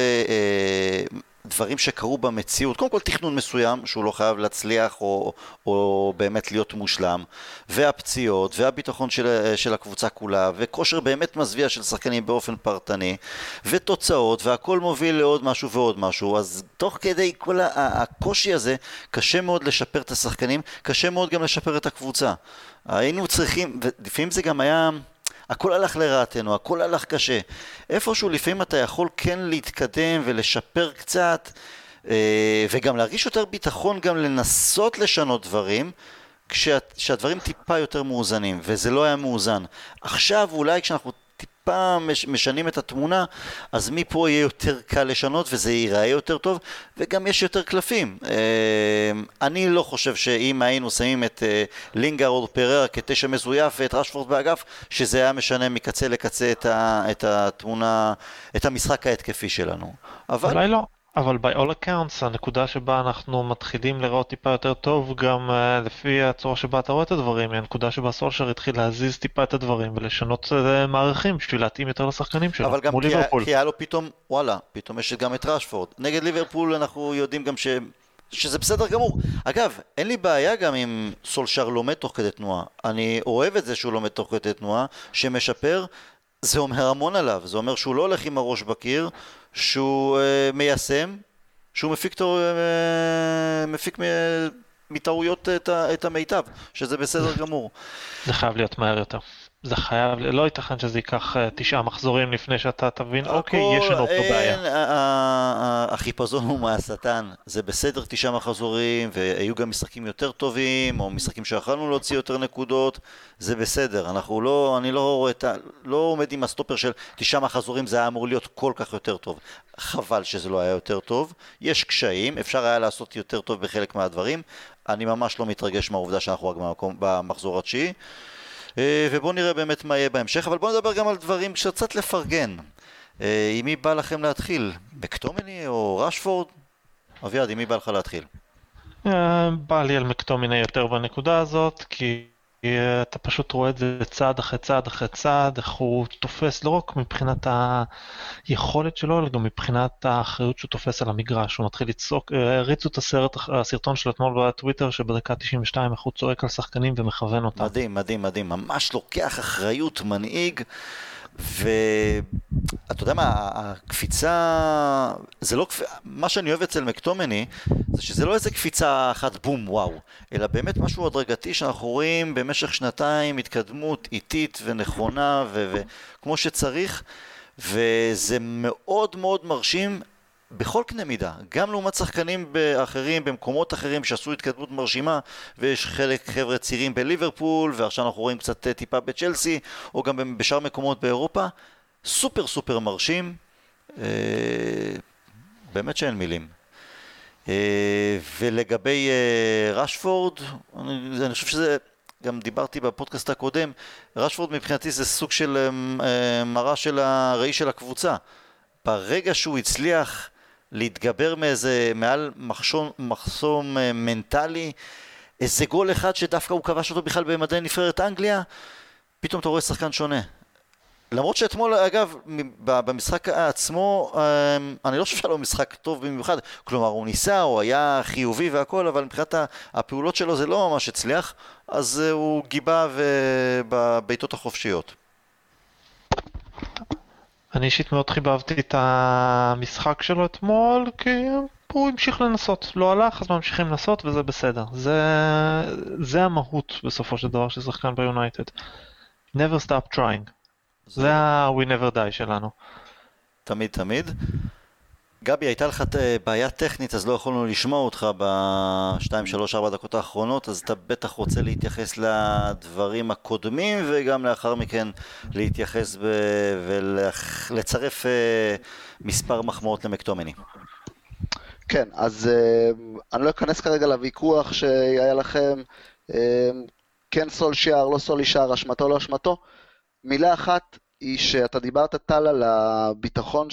דברים שקרו במציאות. קודם כל תכנון מסוים, שהוא לא חייב להצליח או באמת להיות מושלם, והפציעות, והביטחון של הקבוצה כולה, וכושר באמת מזוויע של שחקנים באופן פרטני, ותוצאות, והכל מוביל לעוד משהו ועוד משהו. אז תוך כדי כל הקושי הזה, קשה מאוד לשפר את השחקנים, קשה מאוד גם לשפר את הקבוצה. היינו צריכים, ולפעמים זה גם היה... הכל הלך לרעתנו, הכל הלך קשה. איפשהו לפעמים אתה יכול כן להתקדם ולשפר קצת, וגם להרגיש יותר ביטחון, גם לנסות לשנות דברים, כשהדברים טיפה יותר מאוזנים, וזה לא היה מאוזן. עכשיו אולי כשאנחנו טיפה משנים את התמונה, אז מפה יהיה יותר קל לשנות, וזה ייראה יותר טוב, וגם יש יותר קלפים. אני לא חושב שאם היינו שמים את לינגארד או פררה כתשע מזויף, ואת רשפורד באגף, שזה היה משנה מקצה לקצה את התמונה, את המשחק ההתקפי שלנו. אולי לא. אבל by all accounts, הנקודה שבה אנחנו מתחילים לראות טיפה יותר טוב, גם לפי הצורה שבה אתה רואה את הדברים, היא הנקודה שבה סולשר התחיל להזיז טיפה את הדברים ולשנות מערכים בשביל להתאים יותר לשחקנים שלו. אבל גם כי היה לו פתאום, וואלה, פתאום יש גם את רשפורד. נגד ליברפול אנחנו יודעים גם שזה בסדר גמור. אגב, אין לי בעיה גם אם סולשר לומד תוך כדי תנועה. אני אוהב את זה שהוא לומד תוך כדי תנועה, שמשפר, זה אומר המון עליו. זה אומר שהוא לא הולך עם הראש בקיר, שהוא מיישם, שהוא מפיק מטעויות את המיטב, שזה בסדר גמור. זה חייב להיות מהר יותר. זה חייב, לא ייתכן שזה ייקח 9 מחזורים לפני שאתה תבין, אוקיי, יש לנו פה בעיה. החיפזון הוא מהשטן, זה בסדר 9 מחזורים, והיו גם משחקים יותר טובים, או משחקים שיכולנו להוציא יותר נקודות, זה בסדר, אני לא עומד עם הסטופר של 9 מחזורים, זה היה אמור להיות כל כך יותר טוב, חבל שזה לא היה יותר טוב, יש קשיים, אפשר היה לעשות יותר טוב בחלק מהדברים, אני ממש לא מתרגש מהעובדה שאנחנו רק במחזור התשיעי, ובואו נראה באמת מה יהיה בהמשך, אבל בואו נדבר גם על דברים שקצת לפרגן. עם מי בא לכם להתחיל? מקטומני או רשפורד? אביעד, עם מי בא לך להתחיל? בא לי על מקטומיני יותר בנקודה הזאת, כי אתה פשוט רואה את זה צעד אחרי צעד אחרי צעד, איך הוא תופס לא רק מבחינת היכולת שלו, אלא גם מבחינת האחריות שהוא תופס על המגרש. הוא מתחיל לצעוק, הריצו את הסרטון של אתמול בטוויטר, שבדקה 92 איך הוא צועק על שחקנים ומכוון אותם. מדהים, מדהים, מדהים, ממש לוקח אחריות, מנהיג, ואתה יודע מה, הקפיצה, זה לא, מה שאני אוהב אצל מקטומני, זה שזה לא איזה קפיצה אחת בום וואו, אלא באמת משהו הדרגתי שאנחנו רואים במשך שנתיים, התקדמות איטית ונכונה וכמו שצריך, וזה מאוד מאוד מרשים בכל קנה מידה, גם לעומת שחקנים אחרים במקומות אחרים שעשו התקדמות מרשימה, ויש חלק חבר'ה צעירים בליברפול, ועכשיו אנחנו רואים קצת טיפה בצ'לסי, או גם בשאר מקומות באירופה, סופר סופר מרשים, באמת שאין מילים. ולגבי רשפורד, אני חושב שזה, גם דיברתי בפודקאסט הקודם, רשפורד מבחינתי זה סוג של מראה של הראי של הקבוצה, ברגע שהוא הצליח להתגבר מעל מחסום מנטלי, איזה גול אחד שדווקא הוא כבש אותו בכלל במדי נבחרת אנגליה, פתאום אתה רואה שחקן שונה. למרות שאתמול, אגב, במשחק עצמו, אני לא חושב שהיה לו משחק טוב במיוחד, כלומר הוא ניסה, הוא היה חיובי והכל, אבל מבחינת הפעולות שלו זה לא ממש הצליח, אז הוא גיבה בבעיטות החופשיות. אני אישית מאוד חיבבתי את המשחק שלו אתמול, כי הוא המשיך לנסות, לא הלך אז ממשיכים לנסות וזה בסדר, זה המהות בסופו של דבר של שחקן ביונייטד. never stop trying, זה ה-we never die שלנו. תמיד תמיד. גבי, הייתה לך בעיה טכנית, אז לא יכולנו לשמוע אותך ב-2-3-4 דקות האחרונות, אז אתה בטח רוצה להתייחס לדברים הקודמים, וגם לאחר מכן להתייחס ולצרף מספר מחמאות למקטומני. כן, אז אני לא אכנס כרגע לוויכוח שהיה לכם, כן סולשייר, לא סולשייר, אשמתו, לא אשמתו. מילה אחת היא שאתה דיברת טל על הביטחון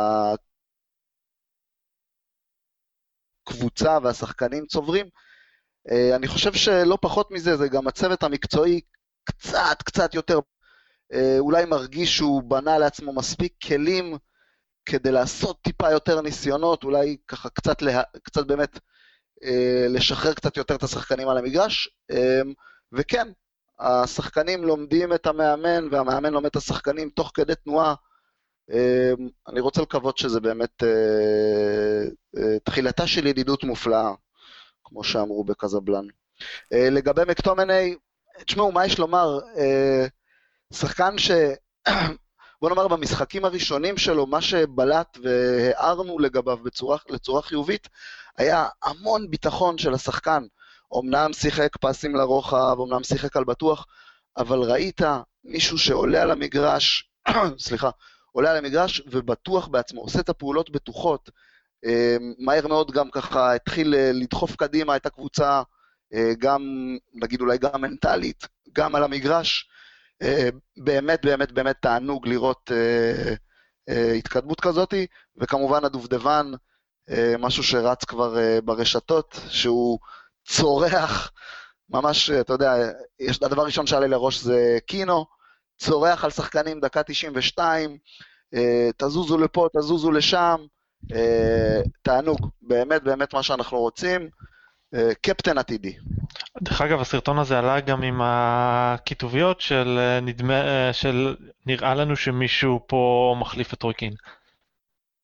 קבוצה והשחקנים צוברים, אני חושב שלא פחות מזה, זה גם הצוות המקצועי קצת יותר, אולי מרגיש שהוא בנה לעצמו מספיק כלים, כדי לעשות טיפה יותר ניסיונות, אולי ככה קצת באמת לשחרר קצת יותר את השחקנים על המגרש, וכן, השחקנים לומדים את המאמן, והמאמן לומד את השחקנים תוך כדי תנועה, אני רוצה לקוות שזה באמת תחילתה של ידידות מופלאה, כמו שאמרו בקזבלן. לגבי מקטומני, תשמעו, מה יש לומר? שחקן בוא נאמר במשחקים הראשונים שלו, מה שבלט והערנו לגביו לצורה חיובית, היה המון ביטחון של השחקן, אמנם שיחק פסים לרוחב, אמנם שיחק על בטוח, אבל ראית מישהו שעולה על המגרש, עולה על המגרש ובטוח בעצמו, עושה את הפעולות בטוחות, מהר מאוד גם ככה התחיל לדחוף קדימה את הקבוצה, גם נגיד אולי גם מנטלית, גם על המגרש, באמת באמת באמת תענוג לראות התקדמות כזאת, וכמובן הדובדבן, משהו שרץ כבר ברשתות, שהוא צורח, ממש, אתה יודע, הדבר הראשון שעלה לראש זה קינו, צורח על שחקנים דקה 92, תזוזו לפה, תזוזו לשם, תענוג, באמת באמת מה שאנחנו רוצים, קפטן עתידי. דרך אגב, הסרטון הזה עלה גם עם הכיתוביות של נראה לנו שמישהו פה מחליף את רוקין.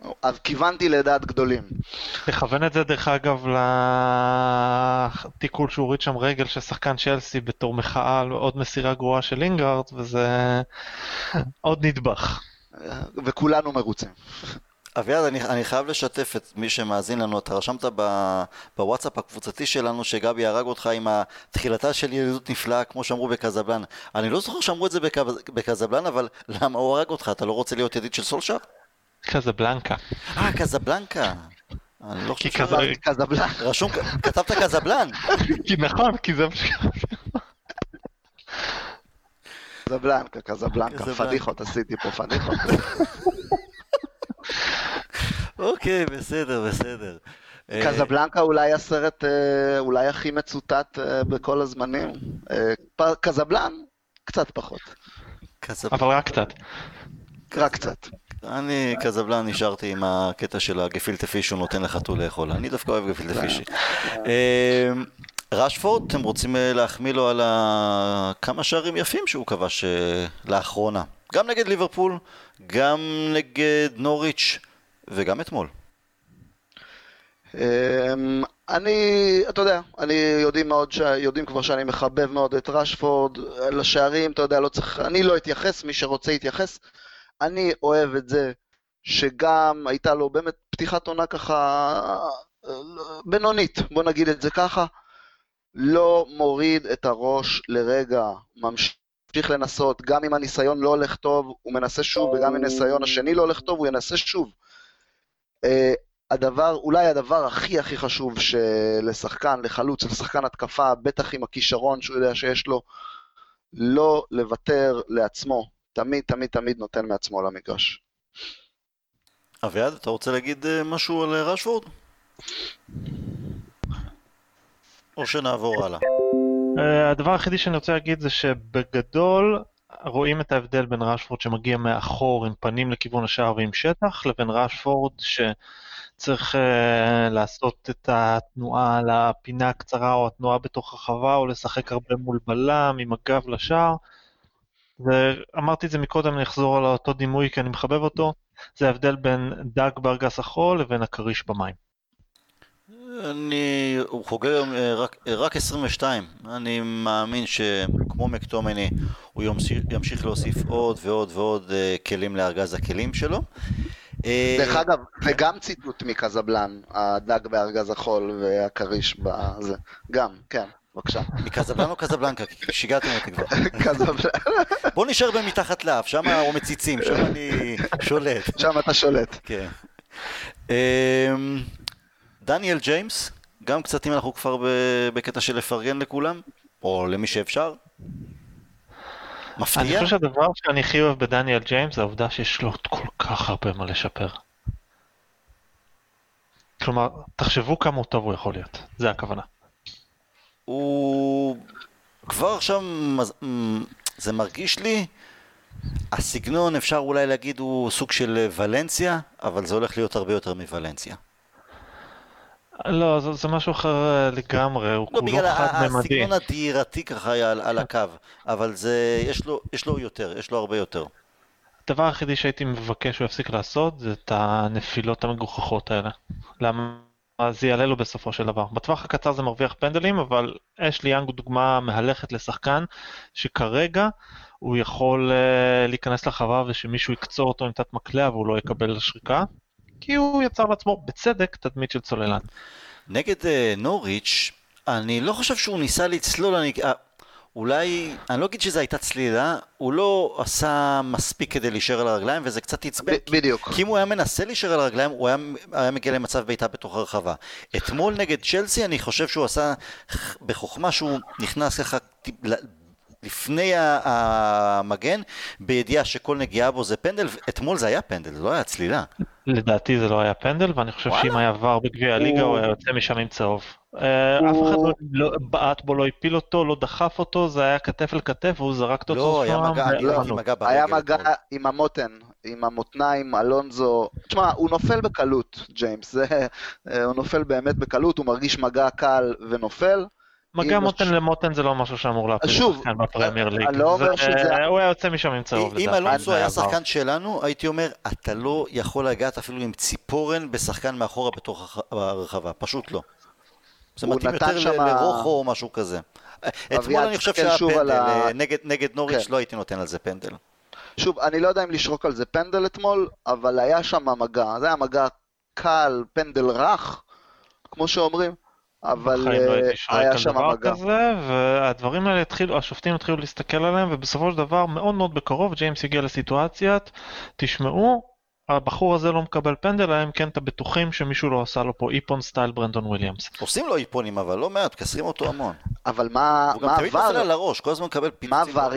אז כיוונתי לדעת גדולים. תכוון את זה דרך אגב לתיקול שהוא הוריד שם רגל של שחקן צ'לסי בתור מחאה על עוד מסירה גרועה של לינגארד, וזה עוד נדבך. וכולנו מרוצים. אביעד, אני חייב לשתף את מי שמאזין לנו. אתה רשמת בוואטסאפ הקבוצתי שלנו שגבי הרג אותך עם התחילתה של ידידות נפלאה, כמו שאמרו בקזבלן. אני לא זוכר שאמרו את זה בקזבלן, אבל למה הוא הרג אותך? אתה לא רוצה להיות ידיד של סולשר? קזבלנקה. קזבלנקה. אני לא חושב קזבלן. רשום, כתבת קזבלן. כי נכון, כי זה... קזבלנקה, פדיחות, עשיתי פה פדיחות. אוקיי, בסדר. קזבלנקה אולי הסרט אולי הכי מצוטט בכל הזמנים. קזבלן, קצת פחות. אבל רק קצת. רק קצת. אני קזבלן נשארתי עם הקטע של הגפילטה פיש שהוא נותן לחתול לאכול. אני דווקא אוהב גפילטה פישי. רשפורד, אתם רוצים להחמיא לו על כמה שערים יפים שהוא כבש לאחרונה. גם נגד ליברפול, גם נגד נוריץ' וגם אתמול. אתה יודע, יודעים כבר שאני מחבב מאוד את רשפורד, לשערים, אתה יודע, לא צריך, אני לא אתייחס, מי שרוצה יתייחס. אני אוהב את זה שגם הייתה לו באמת פתיחת עונה ככה בינונית, בוא נגיד את זה ככה, לא מוריד את הראש לרגע, ממשיך לנסות, גם אם הניסיון לא הולך טוב, הוא מנסה שוב, וגם אם הניסיון השני לא הולך טוב, הוא ינסה שוב. אולי הדבר הכי חשוב לשחקן, לחלוץ, לשחקן התקפה, בטח עם הכישרון שהוא יודע שיש לו, לא לוותר לעצמו, תמיד נותן מעצמו למגרש. אביעד, אתה רוצה להגיד משהו על רשפורד? או שנעבור הלאה? הדבר היחידי שאני רוצה להגיד זה שבגדול רואים את ההבדל בין רשפורד שמגיע מאחור עם פנים לכיוון השער ועם שטח, לבין רשפורד שצריך לעשות את התנועה לפינה הקצרה או התנועה בתוך הרחבה או לשחק הרבה מול בלם עם הגב לשער. ואמרתי את זה מקודם, אני אחזור על אותו דימוי כי אני מחבב אותו, זה ההבדל בין דג בארגז החול לבין הכריש במים. הוא חוגג רק 22, אני מאמין שכמו מקטומני הוא ימשיך להוסיף עוד ועוד ועוד כלים לארגז הכלים שלו. דרך אגב, וגם ציטוט מקזבלן, הדג בארגז החול והכריש בזה, גם, כן. בבקשה. מקזבלן או קזבלנקה? שיגעתם אותי כבר. קזבלן. בוא נשאר במתחת לאף, שם הוא מציצים, שם אני שולט. שם אתה שולט. כן. דניאל ג'יימס, גם קצת אם אנחנו כבר בקטע של לפרגן לכולם, או למי שאפשר. מפתיע? אני חושב שהדבר שאני הכי אוהב בדניאל ג'יימס זה העובדה שיש לו כל כך הרבה מה לשפר. כלומר, תחשבו כמה הוא טוב הוא יכול להיות, זה הכוונה. הוא כבר עכשיו, זה מרגיש לי, הסגנון אפשר אולי להגיד הוא סוג של ולנסיה, אבל זה הולך להיות הרבה יותר מוולנסיה. לא, זה משהו אחר לגמרי, הוא כולו חד ממדי. הסגנון הדהירתי ככה על הקו, אבל יש לו יותר, יש לו הרבה יותר. הדבר היחידי שהייתי מבקש שהוא יפסיק לעשות זה את הנפילות המגוחכות האלה. למה? זה יעלה לו בסופו של דבר. בטווח הקצר זה מרוויח פנדלים, אבל אשלי יאנג הוא דוגמה מהלכת לשחקן שכרגע הוא יכול להיכנס לחווה ושמישהו יקצור אותו עם תת מקלע והוא לא יקבל שריקה, כי הוא יצר לעצמו בצדק תדמית של צוללן. נגד נוריץ' אני לא חושב שהוא ניסה לצלול, אולי, אני לא אגיד שזו הייתה צלילה, הוא לא עשה מספיק כדי להישאר על הרגליים, וזה קצת יצבן. בדיוק. כי אם הוא היה מנסה להישאר על הרגליים, הוא היה מגיע למצב ביתה בתוך הרחבה. אתמול נגד צ'לסי, אני חושב שהוא עשה בחוכמה שהוא נכנס ככה לפני המגן, בידיעה שכל נגיעה בו זה פנדל, אתמול זה היה פנדל, זה לא היה צלילה. לדעתי זה לא היה פנדל, ואני חושב שאם היה עבר בגביע הליגה, הוא היה יוצא משם עם צהוב. אף אחד לא בעט בו, לא הפיל אותו, לא דחף אותו, זה היה כתף אל כתף, והוא זרק אותו. לא, היה מגע ברגל. היה מגע עם המותן, עם המותניים, אלונזו. תשמע, הוא נופל בקלות, ג'יימס, הוא נופל באמת בקלות, הוא מרגיש מגע קל ונופל. מגע מותן למותן זה לא משהו שאמור להפיל שחקן בפרמייר ליג. אני לא אומר שזה... הוא היה יוצא משם עם צהוב. אם אלונסו היה שחקן שלנו, הייתי אומר, אתה לא יכול לגעת אפילו עם ציפורן בשחקן מאחורה בתוך הרחבה, פשוט לא. זה מתאים יותר לרוחו או משהו כזה. אתמול אני חושב שהפנדל, נגד נוריץ' לא הייתי נותן על זה פנדל. שוב, אני לא יודע אם לשרוק על זה פנדל אתמול, אבל היה שם מגע, זה היה מגע קל, פנדל רך, כמו שאומרים, אבל היה שם מגע. והדברים האלה השופטים התחילו להסתכל עליהם, ובסופו של דבר מאוד מאוד בקרוב ג'יימס הגיע לסיטואציית, תשמעו, הבחור הזה לא מקבל פנדל, הם כן אתם בטוחים שמישהו לא עשה לו פה איפון סטייל ברנדון וויליאמס. עושים לו איפונים, אבל לא מעט, כסרים אותו המון. אבל מה הוא גם תמיד נופל על הראש, כל הזמן מקבל פיצוצים בראש.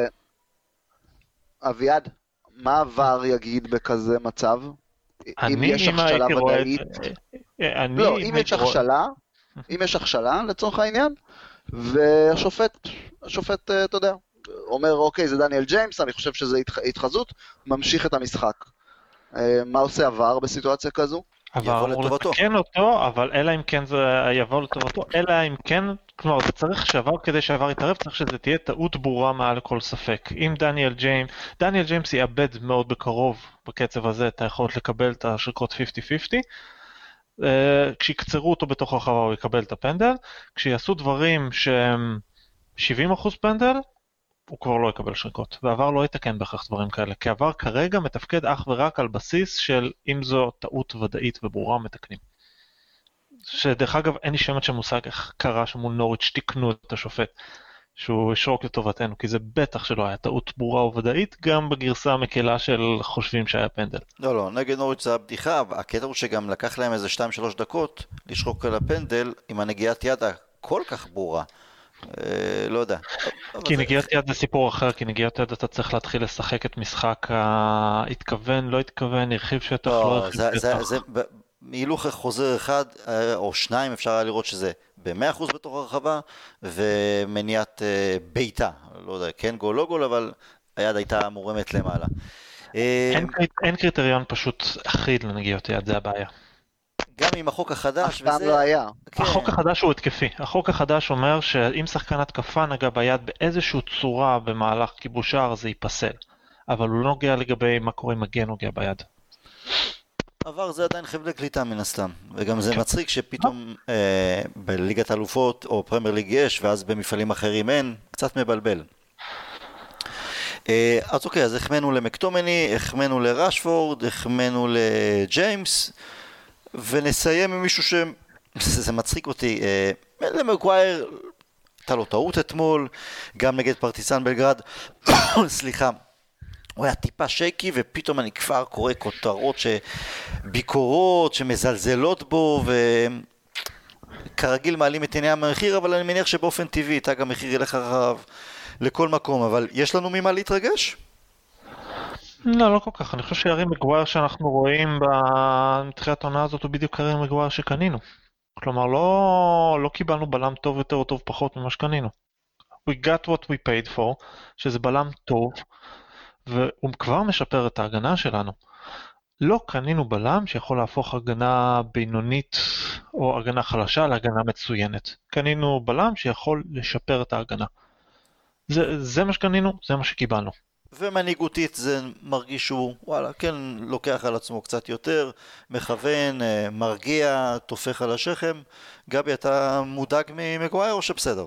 אביעד, מה עבר יגיד בכזה מצב? אם יש הכשלה ודאית? לא, אם יש הכשלה לצורך העניין, והשופט, אתה יודע, אומר אוקיי זה דניאל ג'יימס, אני חושב שזה התחזות, ממשיך את המשחק. מה עושה עבר בסיטואציה כזו? עבר אמור לתקן אותו, אבל אלא אם כן זה יבוא לטובתו, אלא אם כן, כלומר זה צריך שעבר כדי שעבר יתערב, צריך שזה תהיה טעות ברורה מעל לכל ספק. אם דניאל ג'יימס יאבד מאוד בקרוב בקצב הזה את היכולת לקבל את השריקות 50-50, כשיקצרו אותו בתוך הרחבה הוא יקבל את הפנדל, כשיעשו דברים שהם 70% פנדל, הוא כבר לא יקבל שריקות, ועבר לא יתקן בהכרח דברים כאלה, כי עבר כרגע מתפקד אך ורק על בסיס של אם זו טעות ודאית וברורה מתקנים. שדרך אגב אין לי שמץ שמושג איך קרה שמול נוריץ' תיקנו את השופט, שהוא ישרוק לטובתנו, כי זה בטח שלא היה טעות ברורה וודאית, גם בגרסה המקלה של חושבים שהיה פנדל. לא, נגד נוריץ' זה הבדיחה, הקטע הוא שגם לקח להם איזה 2-3 דקות לשרוק על הפנדל עם הנגיעת יד הכל כך ברורה. לא יודע. כי נגיעת יד זה סיפור אחר, כי נגיעת יד אתה צריך להתחיל לשחק את משחק התכוון, לא התכוון, הרחיב שטח, לא הרחיב שטח. זה מהילוך חוזר אחד או שניים אפשר היה לראות שזה ב-100% בתוך הרחבה, ומניעת ביתה, לא יודע, כן גול, לא גול, אבל היד הייתה מורמת למעלה. אין קריטריון פשוט אחיד לנגיעות יד, זה הבעיה. גם עם החוק החדש, וזה... לא היה. החוק החדש הוא התקפי. החוק החדש אומר שאם שחקן התקפה נגע ביד באיזושהי צורה במהלך כיבוש שער זה ייפסל. אבל הוא לא נוגע לגבי מה קורה אם מגן נוגע ביד. עבר זה עדיין חבלי קליטה מן הסתם. וגם זה מצחיק שפתאום בליגת אלופות או פרמייר ליג יש, ואז במפעלים אחרים אין, קצת מבלבל. אז אוקיי, אז החמנו למקטומני, החמנו לרשפורד, החמנו לג'יימס, ונסיים עם מישהו שזה מצחיק אותי, למגווייר, הייתה לו טעות אתמול, גם נגד פרטיזן בלגרד, סליחה, הוא היה טיפה שייקי, ופתאום אני כבר קורא כותרות ביקורות שמזלזלות בו, וכרגיל מעלים את עיני המחיר, אבל אני מניח שבאופן טבעי, תג המחיר ילך אחריו לכל מקום, אבל יש לנו ממה להתרגש? לא, לא כל כך. אני חושב שהרי מגווייר שאנחנו רואים בתחילת העונה הזאת הוא בדיוק הרי מגווייר שקנינו. כלומר, לא קיבלנו בלם טוב יותר או טוב פחות ממה שקנינו. We got what we paid for, שזה בלם טוב, והוא כבר משפר את ההגנה שלנו. לא קנינו בלם שיכול להפוך הגנה בינונית או הגנה חלשה להגנה מצוינת. קנינו בלם שיכול לשפר את ההגנה. זה מה שקנינו, זה מה שקיבלנו. ומנהיגותית זה מרגיש שהוא, וואלה, כן לוקח על עצמו קצת יותר, מכוון, מרגיע, תופך על השכם. גבי, אתה מודאג ממגווייר או שבסדר?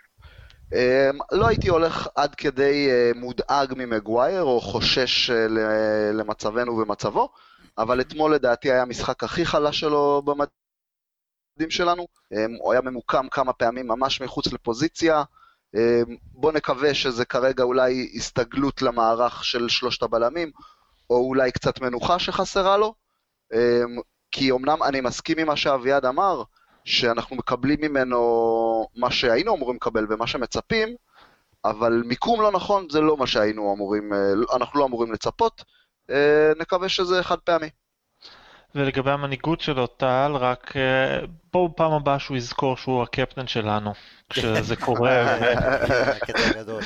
לא הייתי הולך עד כדי מודאג ממגווייר או חושש למצבנו ומצבו, אבל אתמול לדעתי היה המשחק הכי חלש שלו במדים שלנו. הוא היה ממוקם כמה פעמים ממש מחוץ לפוזיציה. בוא נקווה שזה כרגע אולי הסתגלות למערך של שלושת הבלמים, או אולי קצת מנוחה שחסרה לו, כי אמנם אני מסכים עם מה שאביעד אמר, שאנחנו מקבלים ממנו מה שהיינו אמורים לקבל ומה שמצפים, אבל מיקום לא נכון, זה לא מה שהיינו אמורים, אנחנו לא אמורים לצפות, נקווה שזה חד פעמי. ולגבי המנהיגות שלו, טל, רק בואו פעם הבאה שהוא יזכור שהוא הקפטן שלנו, כשזה קורה. זה הקטע הגדול.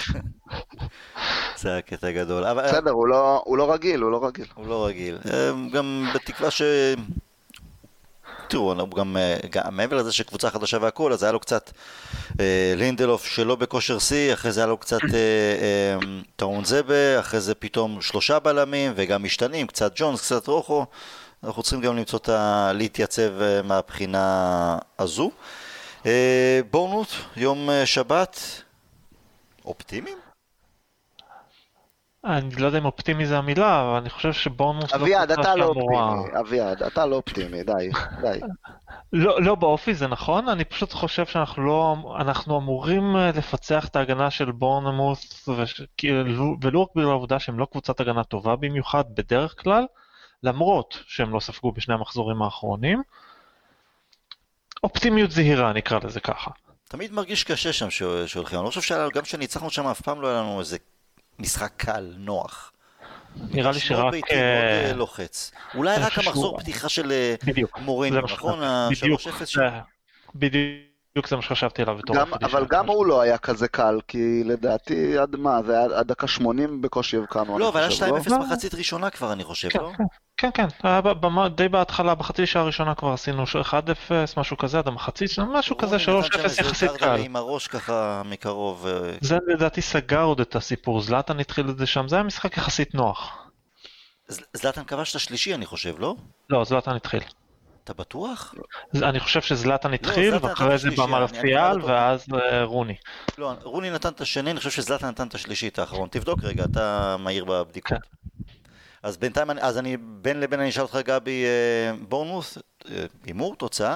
זה הקטע הגדול. בסדר, הוא לא רגיל. הוא לא רגיל. גם בתקווה תראו, הוא גם מעבר לזה שקבוצה חדשה והכל, אז היה לו קצת לינדלוף שלא בכושר שיא, אחרי זה היה לו קצת טאון זבה, אחרי זה פתאום 3 בלמים, וגם משתנים, קצת ג'ונס, קצת רוחו, אנחנו צריכים גם למצוא להתייצב מהבחינה הזו. בורנמות' יום שבת, אופטימיים? אני לא יודע אם אופטימי זה המילה, אבל אני חושב שבורנמות' אביעד, אתה לא אופטימי, אביעד, אתה לא אופטימי, די. לא באופי, זה נכון, אני פשוט חושב אנחנו אמורים לפצח את ההגנה של בורנמות' ולא רק בגלל העובדה שהם לא קבוצת הגנה טובה במיוחד בדרך כלל, למרות שהם לא ספגו בשני המחזורים האחרונים. אופטימיות זהירה, נקרא לזה ככה. תמיד מרגיש קשה שם שהולכים, אני לא חושב שגם שניצחנו שם אף פעם לא היה לנו איזה משחק קל, נוח. נראה לי שרק... מאוד לוחץ. אולי רק המחזור פתיחה של מוריניו, נכון? ה-3-0 בדיוק זה מה שחשבתי עליו בתור החדישה. אבל גם הוא לא היה כזה קל, כי לדעתי עד מה? זה היה עד דקה 80 בקושי הבקענו. לא, אבל היה 2-0 מחצית ראשונה כבר, אני חושב, לא? כן, די בהתחלה, בחצי שעה הראשונה כבר עשינו 1-0, משהו כזה, עד המחצית, משהו כזה, 3-0 יחסית קל. עם הראש ככה מקרוב. זה לדעתי סגר עוד את הסיפור, זלאטן התחיל את זה שם, זה היה משחק יחסית נוח. זלאטן כבש את השלישי, אני חושב, לא? לא, זלאטן התחיל. אתה בטוח? אני חושב שזלאטן התחיל, ואחרי זה במרסיאל, ואז רוני. לא, רוני נתן את השני, אני חושב שזלאטן נתן את השלישי, את האחרון. תבדוק רגע, אתה מהיר בבדיקות. אז בינתיים, בין לבין אני אשאל אותך גבי בורנמות', הימור, תוצאה?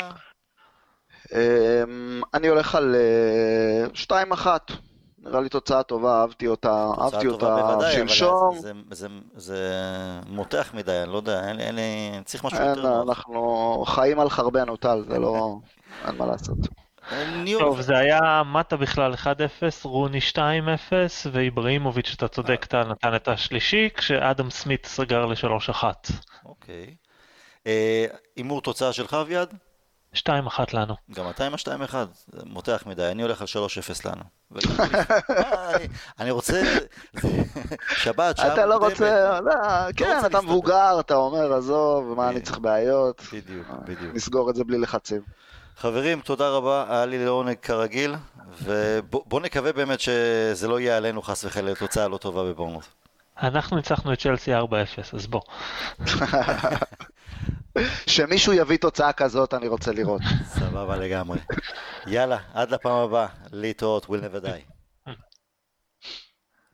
אני הולך על 2-1. נראה לי תוצאה טובה, אהבתי אותה שלשום. זה מותח מדי, אני לא יודע, צריך משהו יותר נוח. אנחנו חיים על חרבנו, טל, זה לא, אין מה לעשות. טוב, זה היה מטה בכלל 1-0, רוני 2-0, ואיבראימוביץ', אתה צודק, נתן את השלישי, כשאדם סמית סגר ל3-1. אוקיי. הימור תוצאה שלך, אביעד? 2-1 לנו. גם אתה עם ה-2-1, זה מותח מדי, אני הולך על 3-0 לנו. אני רוצה, שבת, שעה אתה לא רוצה, כן, אתה מבוגר, אתה אומר, עזוב, מה אני צריך בעיות. בדיוק. נסגור את זה בלי לחצים. חברים, תודה רבה, היה לי לעונג כרגיל, ובוא נקווה באמת שזה לא יהיה עלינו חס וחלילה תוצאה לא טובה בבורנמות'. אנחנו ניצחנו את צ'לסי 4-0, אז בוא. שמישהו יביא תוצאה כזאת, אני רוצה לראות. סבבה לגמרי. יאללה, עד לפעם הבאה. להתראות, we'll never die.